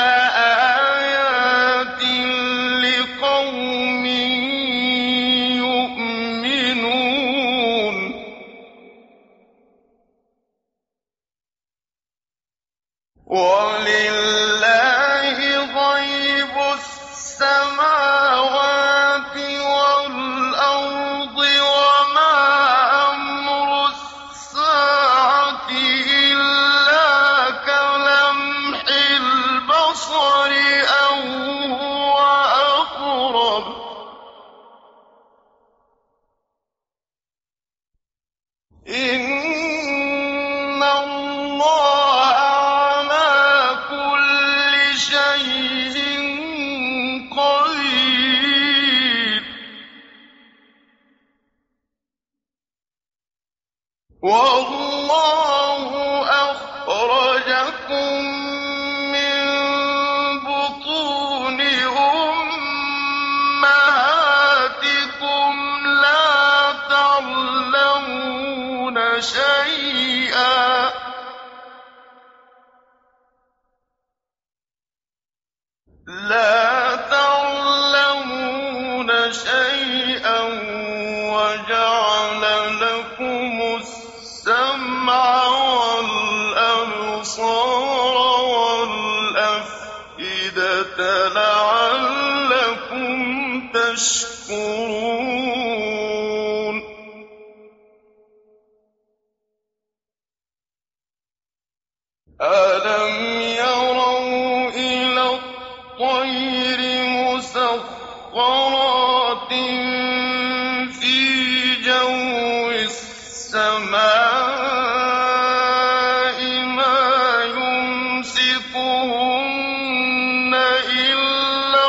لآيات لقوم يؤمنون ولله غيب السماوات والأرض وما أمر الساعة إلا كلمح البصر أو هو أقرب إن الله على كل شيء قدير والله أخرجكم من بطون أمهاتكم لا تعلمون شيئا وجعل لكم السمع والأبصار والأفئدة لعلكم تشكرون مُسَخَّرَاتٍ فِي جَوِّ السَّمَاءِ مَا يُمْسِكُهُنَّ إِلَّا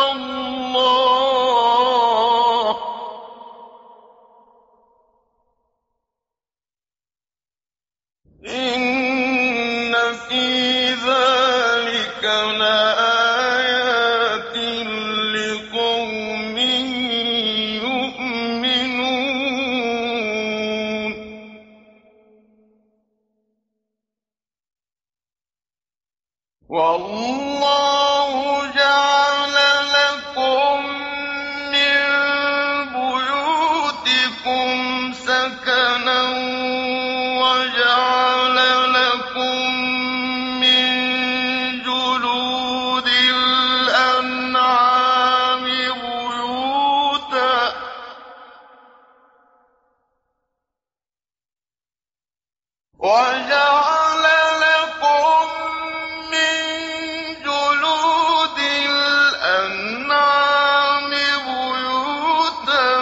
اللَّهُ ۗ إِنَّ فِي ذَٰلِكَ لَآيَاتٍ لِّقَوْمٍ يُؤْمِنُونَ وَاللَّهُ جَعَلَ لَكُم مِّن بُيُوتِكُمْ سَكَنًا وَجَعَلَ لَكُم مِّن جُلُودِ الْأَنْعَامِ بُيُوتًا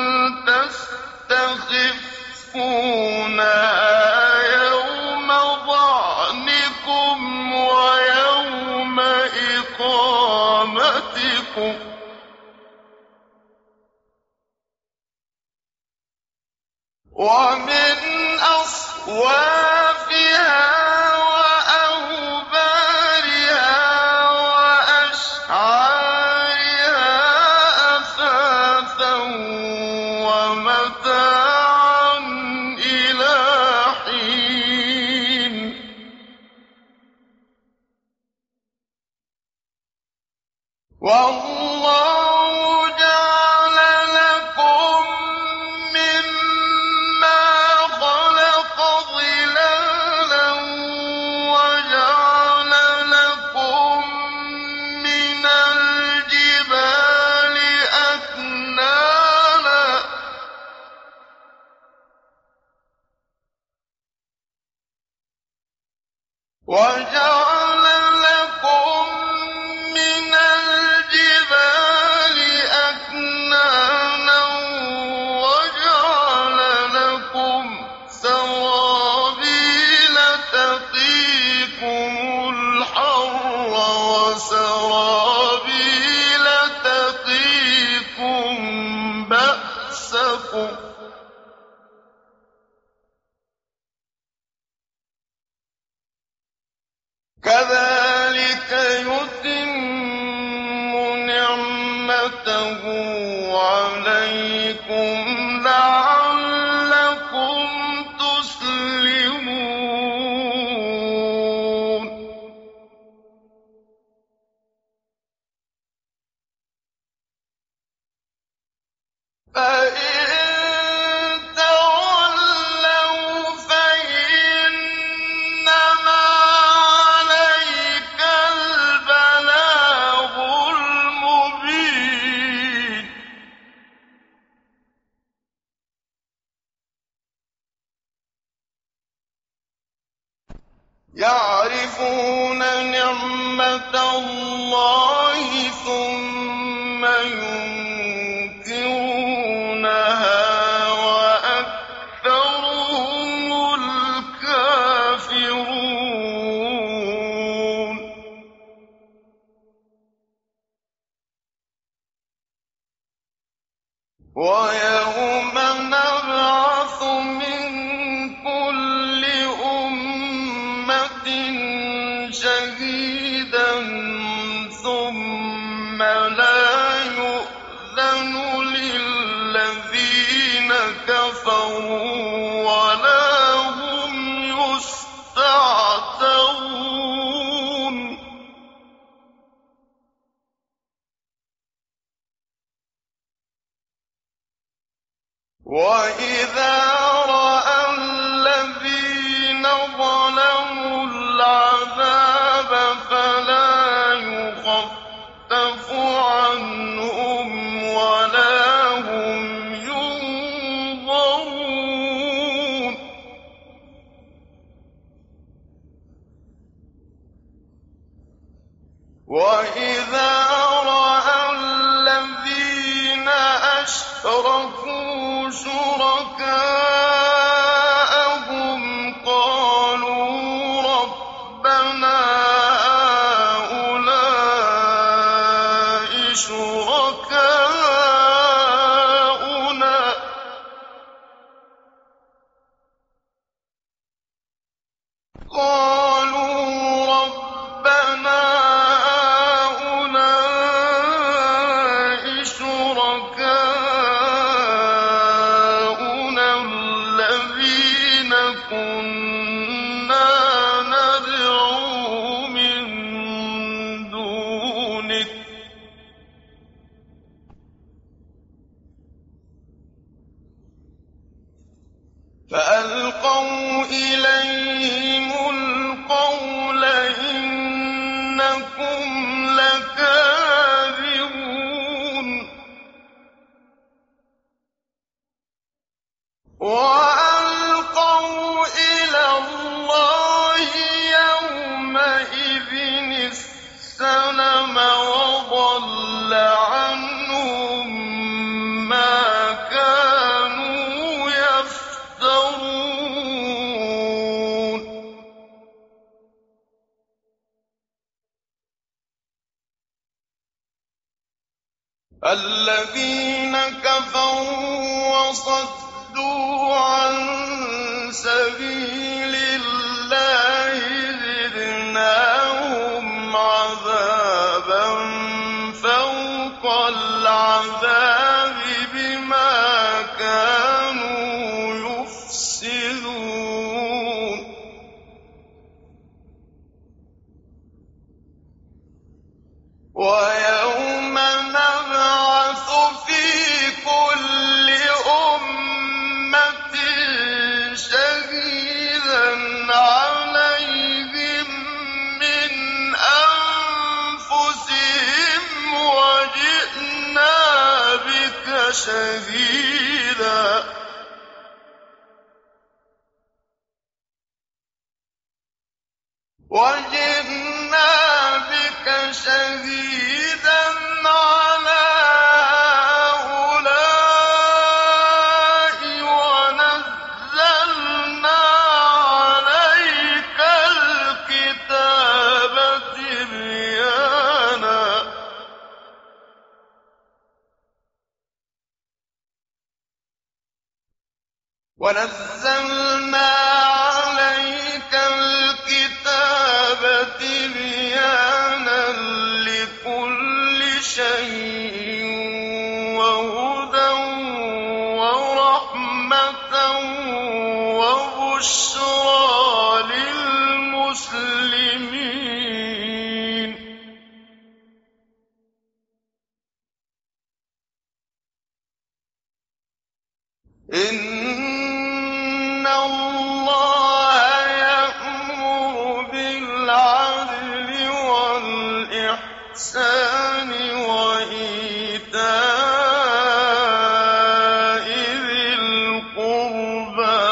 تَسْتَخِفُّونَهَا يَوْمَ ظَعْنِكُمْ وَيَوْمَ إِقَامَتِكُمْ ۖ وَمِنْ أَصْوَافِهَا وَأَوْبَارِهَا وَأَشْعَارِهَا أَثَاثًا وَمَتَاعًا إِلَىٰ حِينٍ وَاللَّهُ جَعَلَ لَكُم مِّمَّا خَلَقَ ظِلَالًا وَجَعَلَ لَكُم مِّنَ الْجِبَالِ أَكْنَانًا وَجَعَلَ لَكُمْ سَرَابِيلَ تَقِيكُمُ الْحَرَّ وَسَرَابِيلَ تَقِيكُم بَأْسَكُمْ ۚ كَذَٰلِكَ يُتِمُّ نِعْمَتَهُ عَلَيْكُمْ لَعَلَّكُمْ تُسْلِمُونَ فَإِن تَوَلَّوْا فَإِنَّمَا عَلَيْكَ الْبَلَاغُ الْمُبِينُ يَعْرِفُونَ نِعْمَتَ اللَّهِ ثُمَّ يُنكِرُونَهَا وَأَكْثَرُهُمُ الْكَافِرُونَ وَيَوْمَ نَبْعَثُ مِن كُلِّ أُمَّةٍ شَهِيدًا ثُمَّ لَا يُؤْذَنُ لِلَّذِينَ كَفَرُوا وَلَا هُمْ يُسْتَعْتَبُونَ وَإِذَا رَأَى الَّذِينَ ظَلَمُوا الْعَذَابَ فَلَا يُخَفَّفُ عَنْهُمْ وَلَا هُمْ يُنظَرُونَ وَإِذَا رَأَى الَّذِينَ إِنَّكُمْ لَكَاذِبُونَ وَأَلْقَوْا إِلَى اللَّهِ يَوْمَئِذٍ السَّلَمَ وَضَلَّ عَنْهُم مَّا كَانُوا يَفْتَرُونَ الَّذِينَ كَفَرُوا وَصَدُّوا عَن سَبِيلِ اللَّهِ زِدْنَاهُمْ عَذَابًا فَوْقَ الْعَذَابِ بِمَا كَانُوا يُفْسِدُونَ وَيَوْمَ نَبْعَثُ فِي كُلِّ أُمَّةٍ شَهِيدًا عَلَيْهِم مِّنْ أَنفُسِهِمْ وَجِئْنَا بِكَ شَهِيدًا عَلَىٰ هَٰؤُلَاءِ وَنَزَّلْنَا عَلَيْكَ الْكِتَابَ تِبْيَانًا لِّكُلِّ شَيْءٍ وَهُدًى وَرَحْمَةً وَبُشْرَىٰ لِلْمُسْلِمِينَ إِنَّ اللَّهَ يَأْمُرُ بِالْعَدْلِ وَالْإِحْسَانِ وَإِيتَاءِ ذِي الْقُرْبَىٰ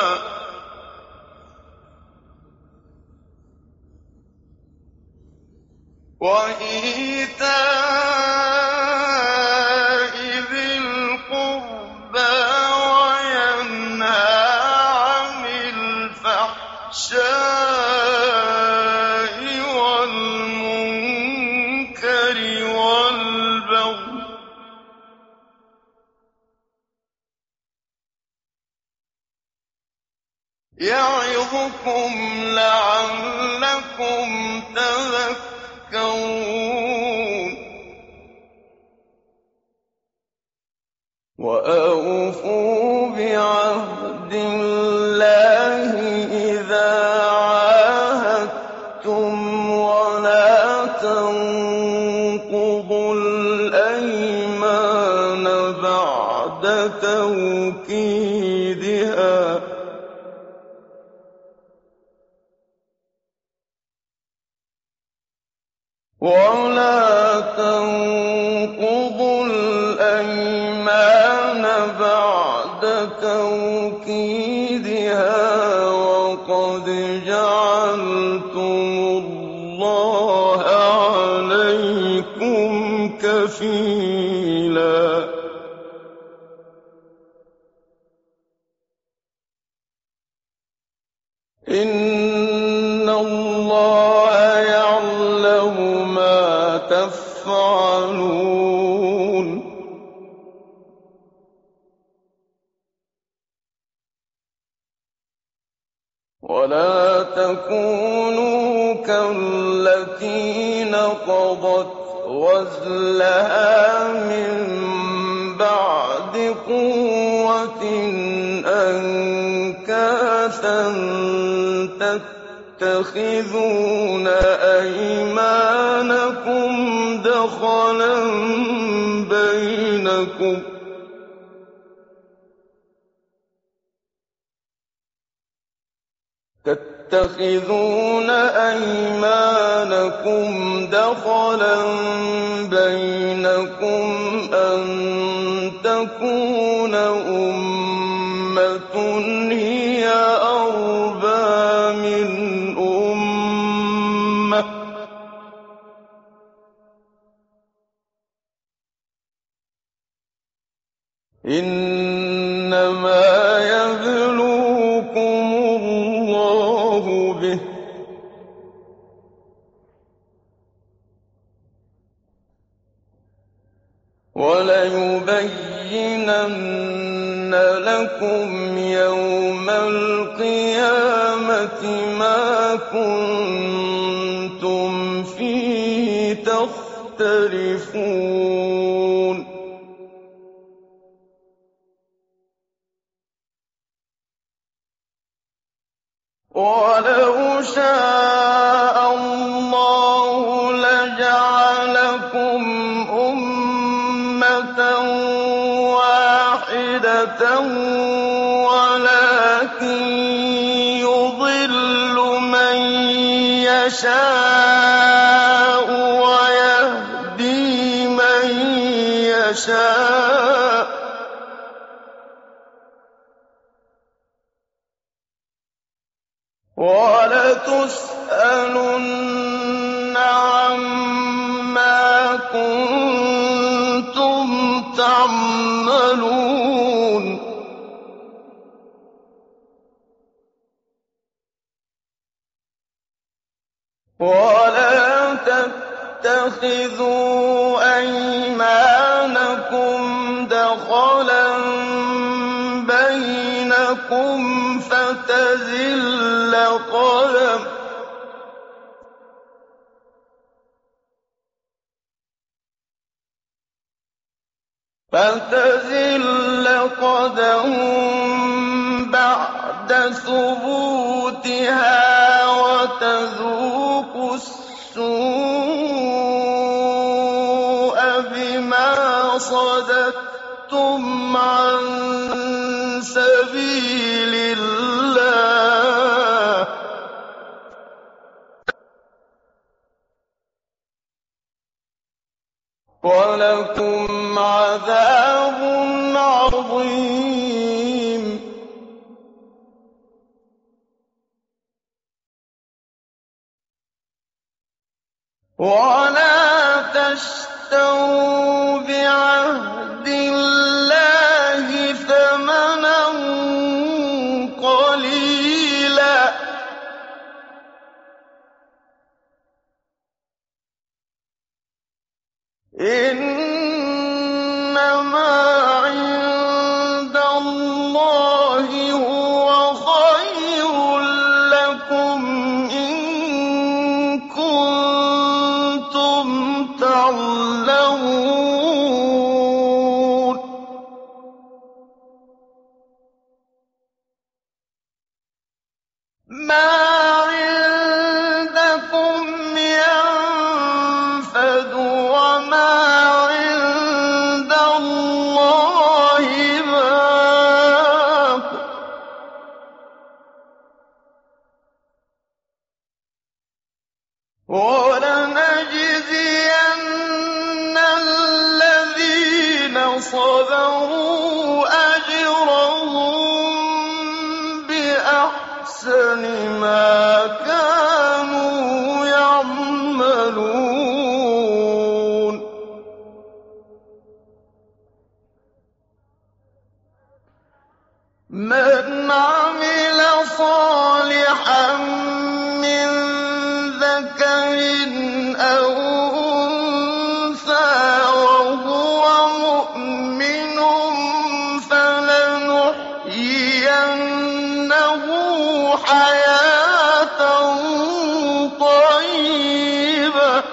وَيَنْهَىٰ عَنِ الْفَحْشَاءِ وَالْمُنكَرِ وَالْبَغْيِ ۚ يَعِظُكُمْ لَعَلَّكُمْ تَذَكَّرُونَ وَأَوْفُوا بِعَهْدِ اللَّهِ إِذَا عَاهَدتُّمْ وَلَا تَنقُضُوا الْأَيْمَانَ بَعْدَ تَوْكِيدِهَا ۚ وَقَدْ جَعَلْتُمُ اللَّهَ عَلَيْكُمْ كَفِيلًا إِنَّ اللَّهَ يَعْلَمُ مَا تَفْعَلُونَ وَلَا تَكُونُوا كَالَّتِي نَقَضَتْ غَزْلَهَا مِن بَعْدِ قُوَّةٍ أَنكَاثًا تَتَّخِذُونَ أَيْمَانَكُمْ دَخَلًا بَيْنَكُمْ تَتَّخِذُونَ أَيْمَانَكُمْ دَخَلًا بَيْنَكُمْ أَن تَكُونَ أُمَّةٌ هِيَ أَرْبَىٰ مِنْ أُمَّةٍ ۚ إِنَّمَا يَبْلُوكُمُ اللَّهُ بِهِ ۚ وَلَيُبَيِّنَنَّ لَكُمْ يَوْمَ الْقِيَامَةِ مَا كُنتُمْ فِيهِ تَخْتَلِفُونَ وَلَوْ شَاءَ اللَّهُ لَجَعَلَكُمْ أُمَّةً وَاحِدَةً وَلَٰكِن يُضِلُّ مَن يَشَاءُ وَيَهْدِي مَن يَشَاءُ ۚ وَلَتُسْأَلُنَّ عَمَّا كُنتُمْ تَعْمَلُونَ وَلَا تَتَّخِذُوا أَيْمَانَكُمْ دَخَلًا بَيْنَكُمْ فَتَزِلَّ قَدَمٌ بَعْدَ ثُبُوتِهَا وَتَذُوقُوا السُّوءَ بِمَا صَدَدتُّمْ عَن سَبِيلِ اللَّهِ ۖ وَلَكُمْ عَذَابٌ عَظِيمٌ وَلَا تَشْتَرُوا بِعَهْدِ اللَّهِ ثَمَنًا قَلِيلًا ۚ إِنَّمَا عِندَ اللَّهِ هُوَ خَيْرٌ لَّكُمْ إِن كُنتُمْ تَعْلَمُونَ مَا عِندَكُمْ يَنفَدُ ۖ وَمَا عِندَ اللَّهِ بَاقٍ ۗ وَلَنَجْزِيَنَّ الَّذِينَ صَبَرُوا أَجْرَهُم بِأَحْسَنِ مَا كَانُوا يَعْمَلُونَ مَنْ عَمِلَ صَالِحًا مِّن ذَكَرٍ أَوْ أُنثَىٰ وَهُوَ مُؤْمِنٌ فَلَنُحْيِيَنَّهُ حَيَاةً طَيِّبَةً ۖ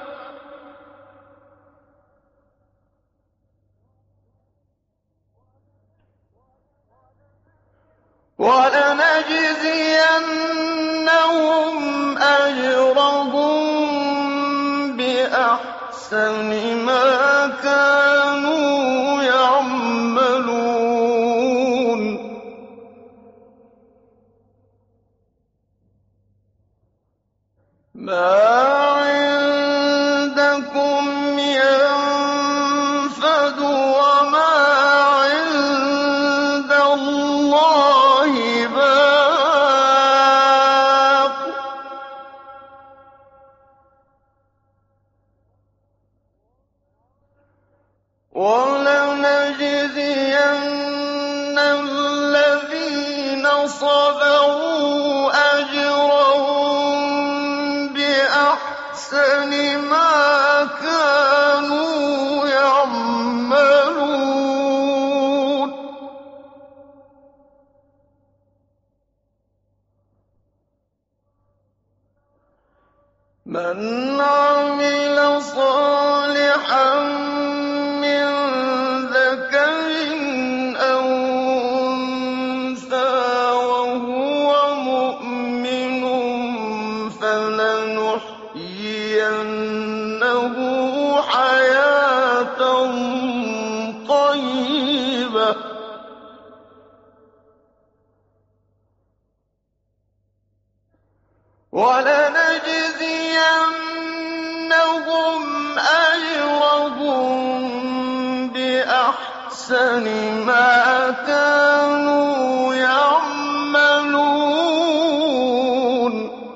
وَلَنَجْزِيَنَّهُمْ أَجْرَهُم بِأَحْسَنِ مَا كَانُوا يَعْمَلُونَ وَلَنَجْزِيَنَّ الَّذِينَ صَبَرُوا أَجْرَهُم بِأَحْسَنِ مَا كَانُوا يَعْمَلُونَ مَنْ عَمِلَ صَالِحًا مِّن ذَكَرٍ أَوْ أُنثَىٰ وَهُوَ مُؤْمِنٌ فَلَنُحْيِيَنَّهُ حَيَاةً طَيِّبَةً وَلَنَجْزِيَنَّهُمْ أَجْرَهُم بِأَحْسَنِ مَا كَانُوا يَعْمَلُونَ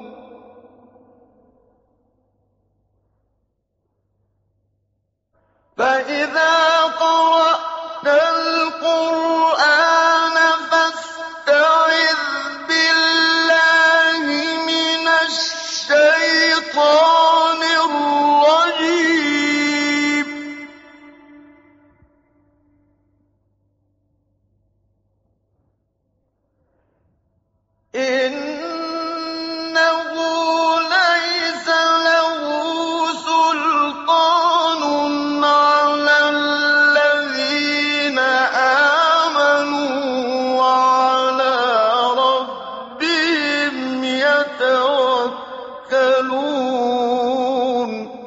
فَإِذَا قَرَأْتَ الْقُرْآنَ فَاسْتَعِذْ بِاللَّهِ مِنَ الشَّيْطَانِ الرَّجِيمِ إِنَّهُ لَيْسَ لَهُ سُلْطَانٌ عَلَى الَّذِينَ آمَنُوا وَعَلَىٰ رَبِّهِمْ يَتَوَكَّلُونَ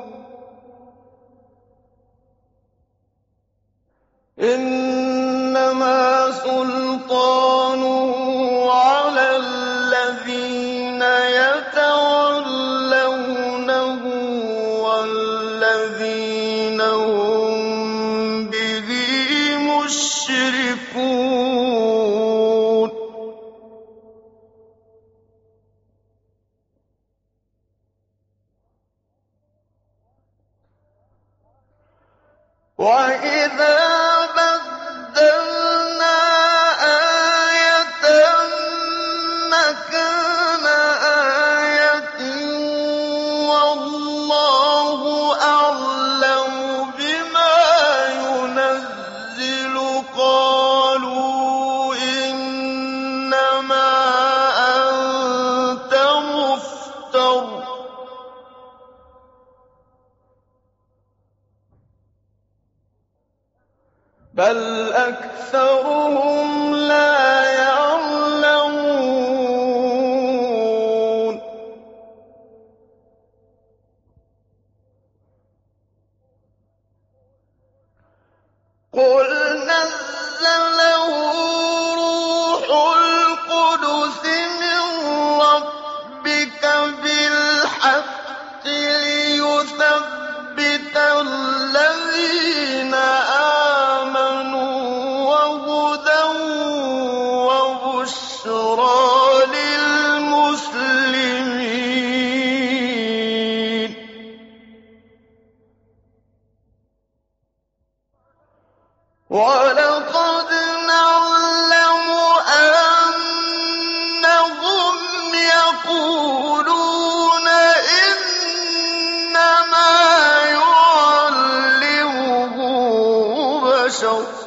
إِنَّمَا سُلْطَانُهُ عَلَى الَّذِينَ يَتَوَلَّوْنَهُ وَالَّذِينَ هُم بِهِ مُشْرِكُونَ وَإِذَا بَدَّلْنَا آيَةً مَّكَانَ آيَةٍ وَاللَّهُ أَعْلَمُ بِمَا يُنَزِّلُ قَالُوا إِنَّمَا أَنتَ مُفْتَرٍ ۚ بَلْ أَكْثَرُهُمْ لَا يَعْلَمُونَ قُلْ نَزَّلَهُ رُوحُ الْقُدُسِ مِن رَّبِّكَ بِالْحَقِّ لِيُثَبِّتَ الَّذِينَ آمَنُوا وَهُدًى وَبُشْرَىٰ لِلْمُسْلِمِينَ وَلَقَدْ نَعْلَمُ أَنَّهُمْ يَقُولُونَ إِنَّمَا يُعَلِّمُهُ بَشَرٌ ۗ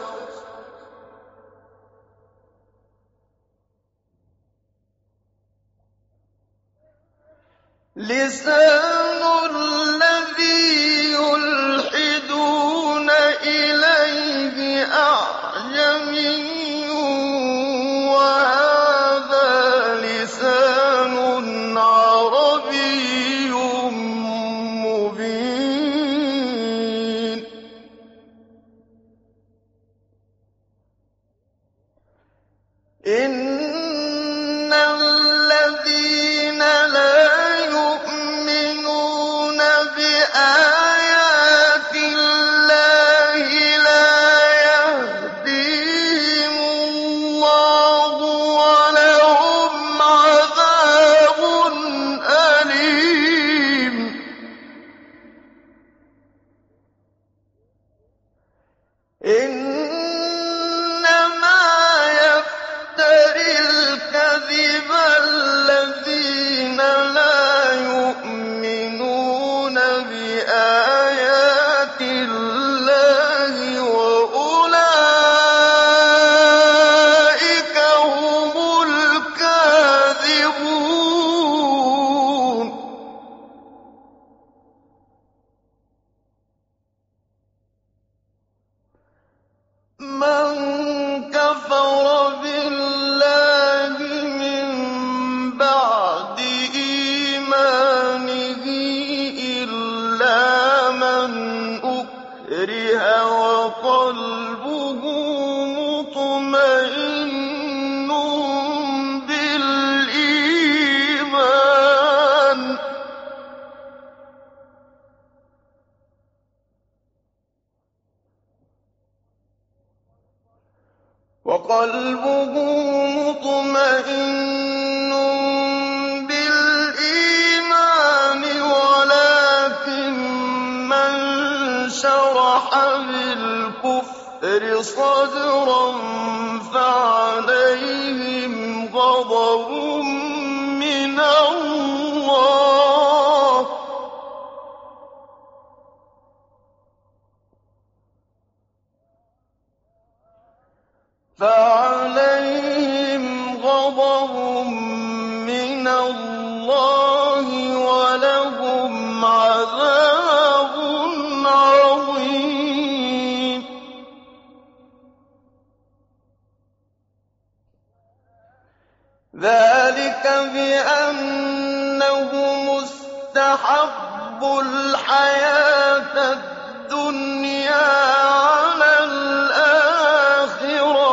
لِّسَانُ الَّذِي يُلْحِدُونَ إِلَيْهِ أَعْجَمِيٌّ وَهَٰذَا لِسَانٌ عَرَبِيٌّ مُّبِينٌ إِنَّ الَّذِينَ لَا يُؤْمِنُونَ بِآيَاتِ اللَّهِ لَا يَهْدِيهِمُ اللَّهُ وَلَهُمْ عَذَابٌ أَلِيمٌ إنما يفتري الكذب الذين لا يؤمنون بآيات الله وأولئك هم الكاذبون. من كفر بالله من بعد إيمانه إلا من أكره وقلبه مطمئن بالإيمان ولكن من شرح بالكفر صدرا فعليهم غضب من الله ولهم عذاب عظيم. ذلك بأنه مستحب الحياة الدنيا على الآخرة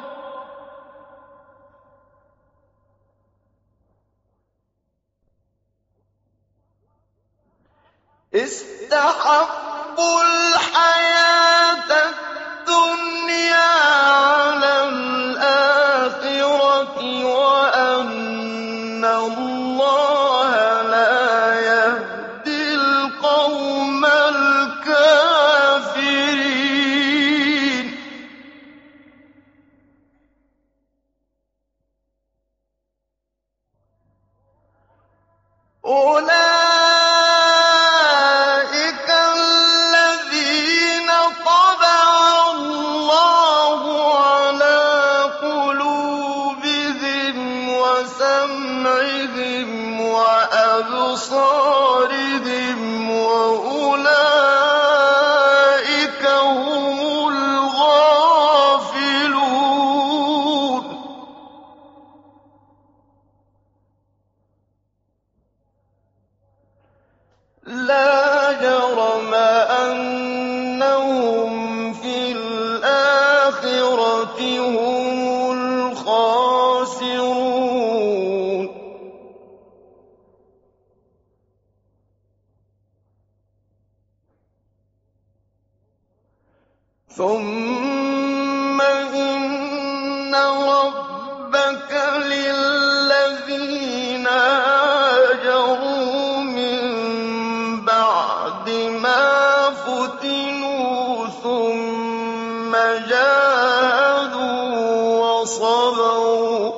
استحبوا الحياة الدنيا على الآخرة وأن الله لا يهدي القوم الكافرين. أولئك الذين طبع الله على قلوبهم وسمعهم وأبصارهم وأولئك هم الغافلون. لا جرم أنهم في الآخرة هم الخاسرون. ثم إن ربك للذين هاجروا من بعد ما فتنوا ثم جاهدوا وصبروا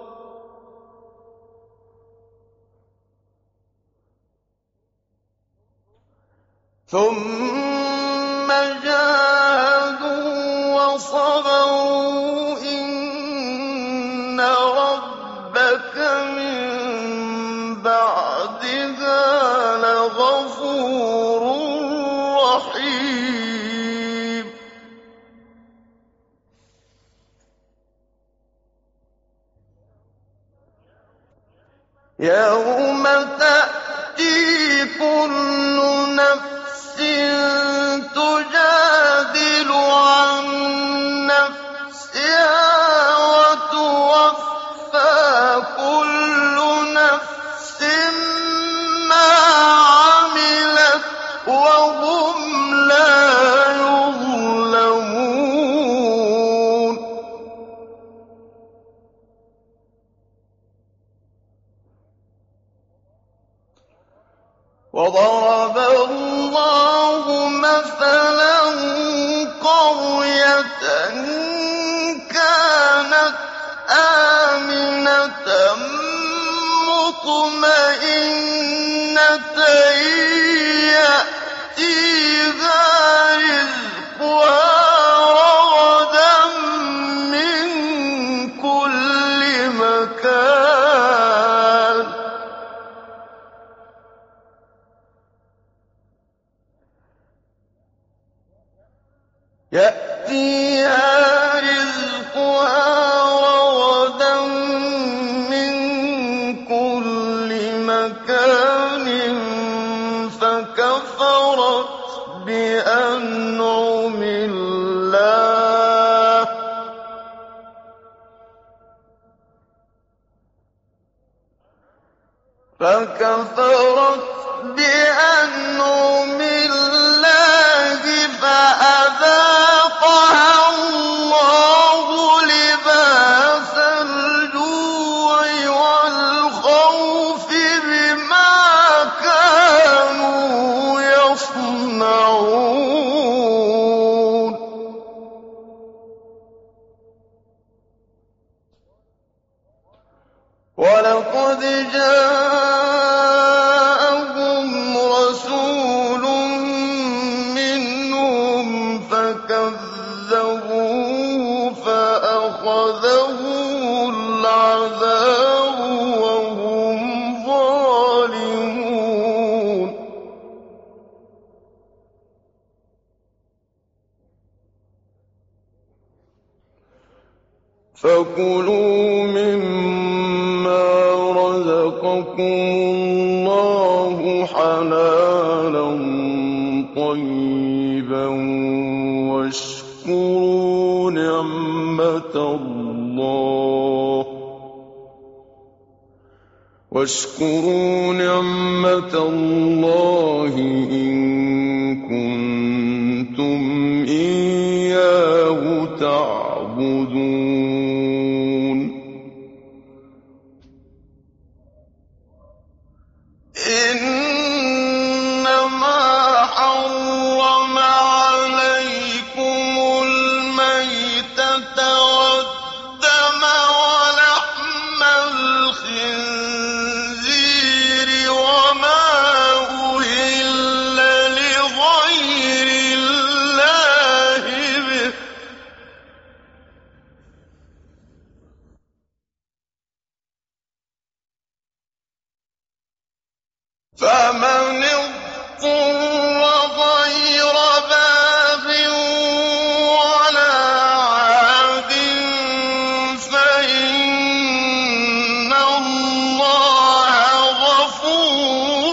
إن ربك من بعدها لغفور رحيم. يوم تأتي كل نفس تجادل عن نفسها وتوفى كل نفس ما عملت وهم لا يظلمون. وضرب الله مثلا قرية يَأْتِيهَا رِزْقُهَا رَغَدًا مِّن كُلِّ مَكَانٍ فَكَفَرَتْ بِأَنْعُمِ اللَّهِ فَأَذَاقَهَا اللَّهُ لِبَاسَ الْجُوعِ وَالْخَوْفِ بِمَا كَانُوا يَصْنَعُونَ وَلَقَدْ جَاءَهُمْ رَسُولٌ مِّنْهُمْ فَكَذَّبُوهُ فَأَخَذَهُمُ الْعَذَابُ وَهُمْ ظَالِمُونَ فَكُلُوا مِمَّا رَزَقَكُمُ اللَّهُ حَلَالًا طَيِّبًا واشكروا نعمة الله إن كنتم إياه تعبدون إنما حرم عليكم الميتة والدم ولحم الخنزير وما أهل لغير الله به فمن اضطر غير باغ ولا عاد فإن الله غفور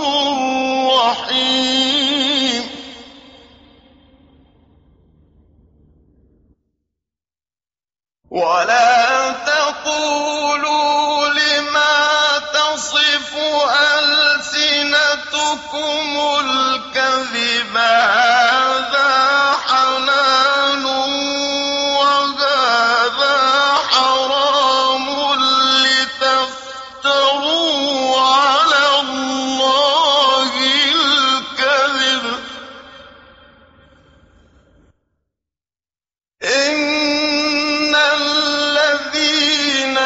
رحيم ولا تقولوا لما تصف ألسنتكم الكذب هذا حلال وهذا حرام لتفتروا على الله الكذب إن الذين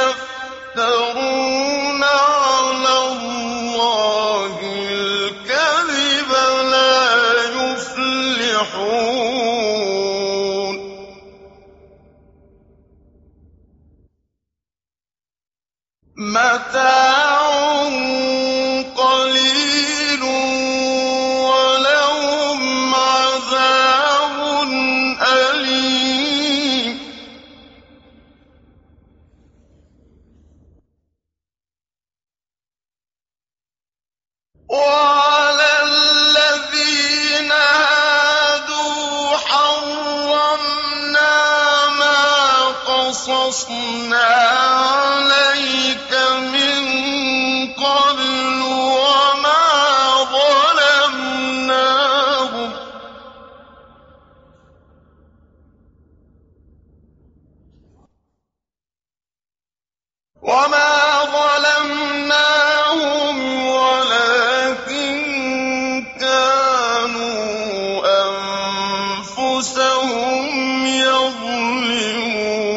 يفترون على الله الكذب لا يفلحون متاع قليل ولهم عذاب أليم وعلى الذين هادوا حرمنا ما قصصنا عليك من قبل وما ظلمناهم ولكن كانوا أنفسهم يظلمون.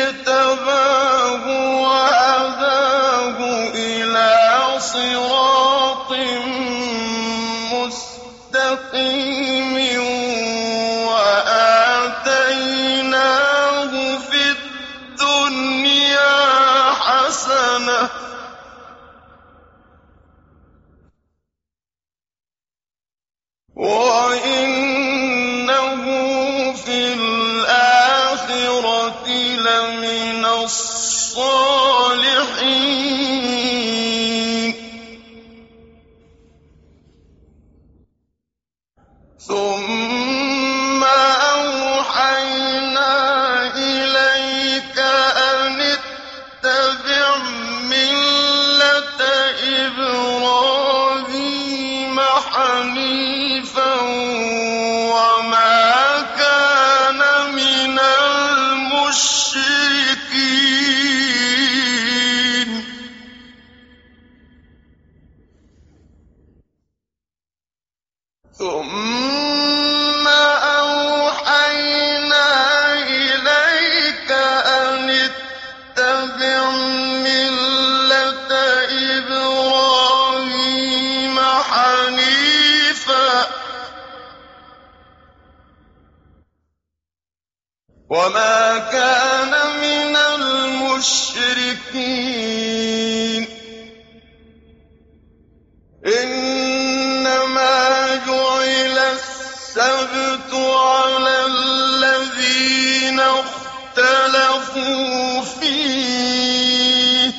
اجْتَبَاهُ وَهَدَاهُ إِلَىٰ صِرَاطٍ مُّسْتَقِيمٍ وَآتَيْنَاهُ فِي الدُّنْيَا حَسَنَةً ۖ وَإِنَّهُ فِي الْآخِرَةِ لَمِنَ الصَّالِحِينَ. ثُمَّ أَوْحَيْنَا إِلَيْكَ أَنِ اتَّبِعْ مِلَّةَ إِبْرَاهِيمَ حَنِيفًا وَمَا كَانَ مِنَ الْمُشْرِكِينَ. ثُمَّ أَوْحَيْنَا إِلَيْكَ أَنِ اتَّبِعْ مِلَّةَ إِبْرَاهِيمَ حَنِيفًا وَمَا كَانَ مِنَ الْمُشْرِكِينَ. إِنَّمَا جُعِلَ السَّبْتُ عَلَى الَّذِينَ اخْتَلَفُوا فِيهِ ۚ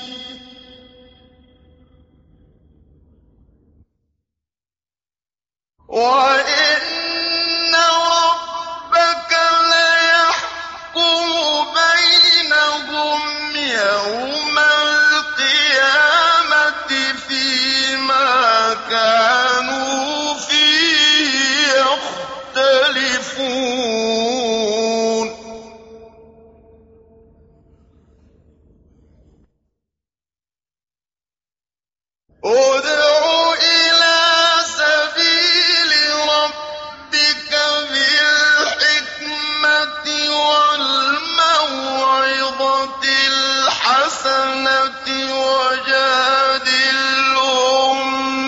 وَإِنَّ رَبَّكَ لَيَحْكُمُ بَيْنَهُمْ يَوْمَ الْقِيَامَةِ فِيمَا كَانُوا فِيهِ يَخْتَلِفُونَ. ادْعُ إِلَىٰ سَبِيلِ رَبِّكَ بِالْحِكْمَةِ وَالْمَوْعِظَةِ الْحَسَنَةِ وَجَادِلْهُم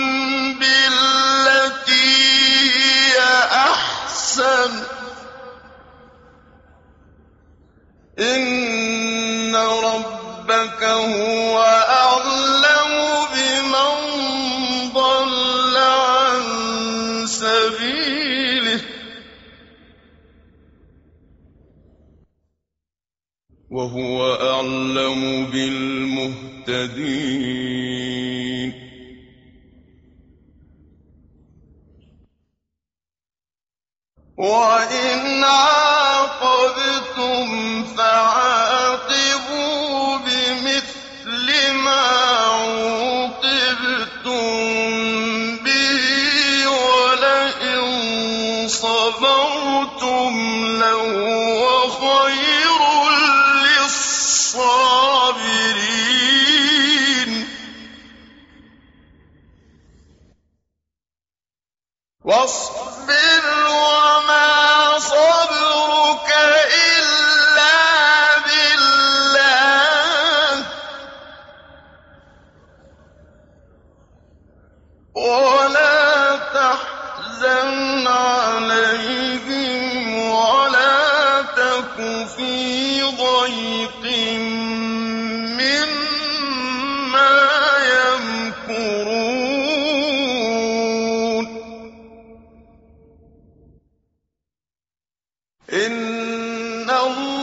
بِالَّتِي هِيَ أَحْسَنُ ۚ إِنَّ رَبَّكَ هُوَ أَعْلَمُ بِمَن ضَلَّ عَن سَبِيلِهِ وَهُوَ أَعْلَمُ بِالْمُهْتَدِينَ. وَإِنْ عَاقَبْتُمْ فَعَاقِبُوا بِمِثْلِ مَا عُوقِبْتُم بِهِ وَلَئِن صَبَرْتُمْ لَهُوَ خَيْرٌ لِّلصَّابِرِينَ. وَاصْبِرْ وَمَا صَبْرُكَ إِلَّا بِاللَّهِ ۚ وَلَا تَحْزَنْ عَلَيْهِمْ وَلَا تَكُ فِي ضَيْقٍ مِّمَّا يَمْكُرُونَ. إِنَّ اللَّهَ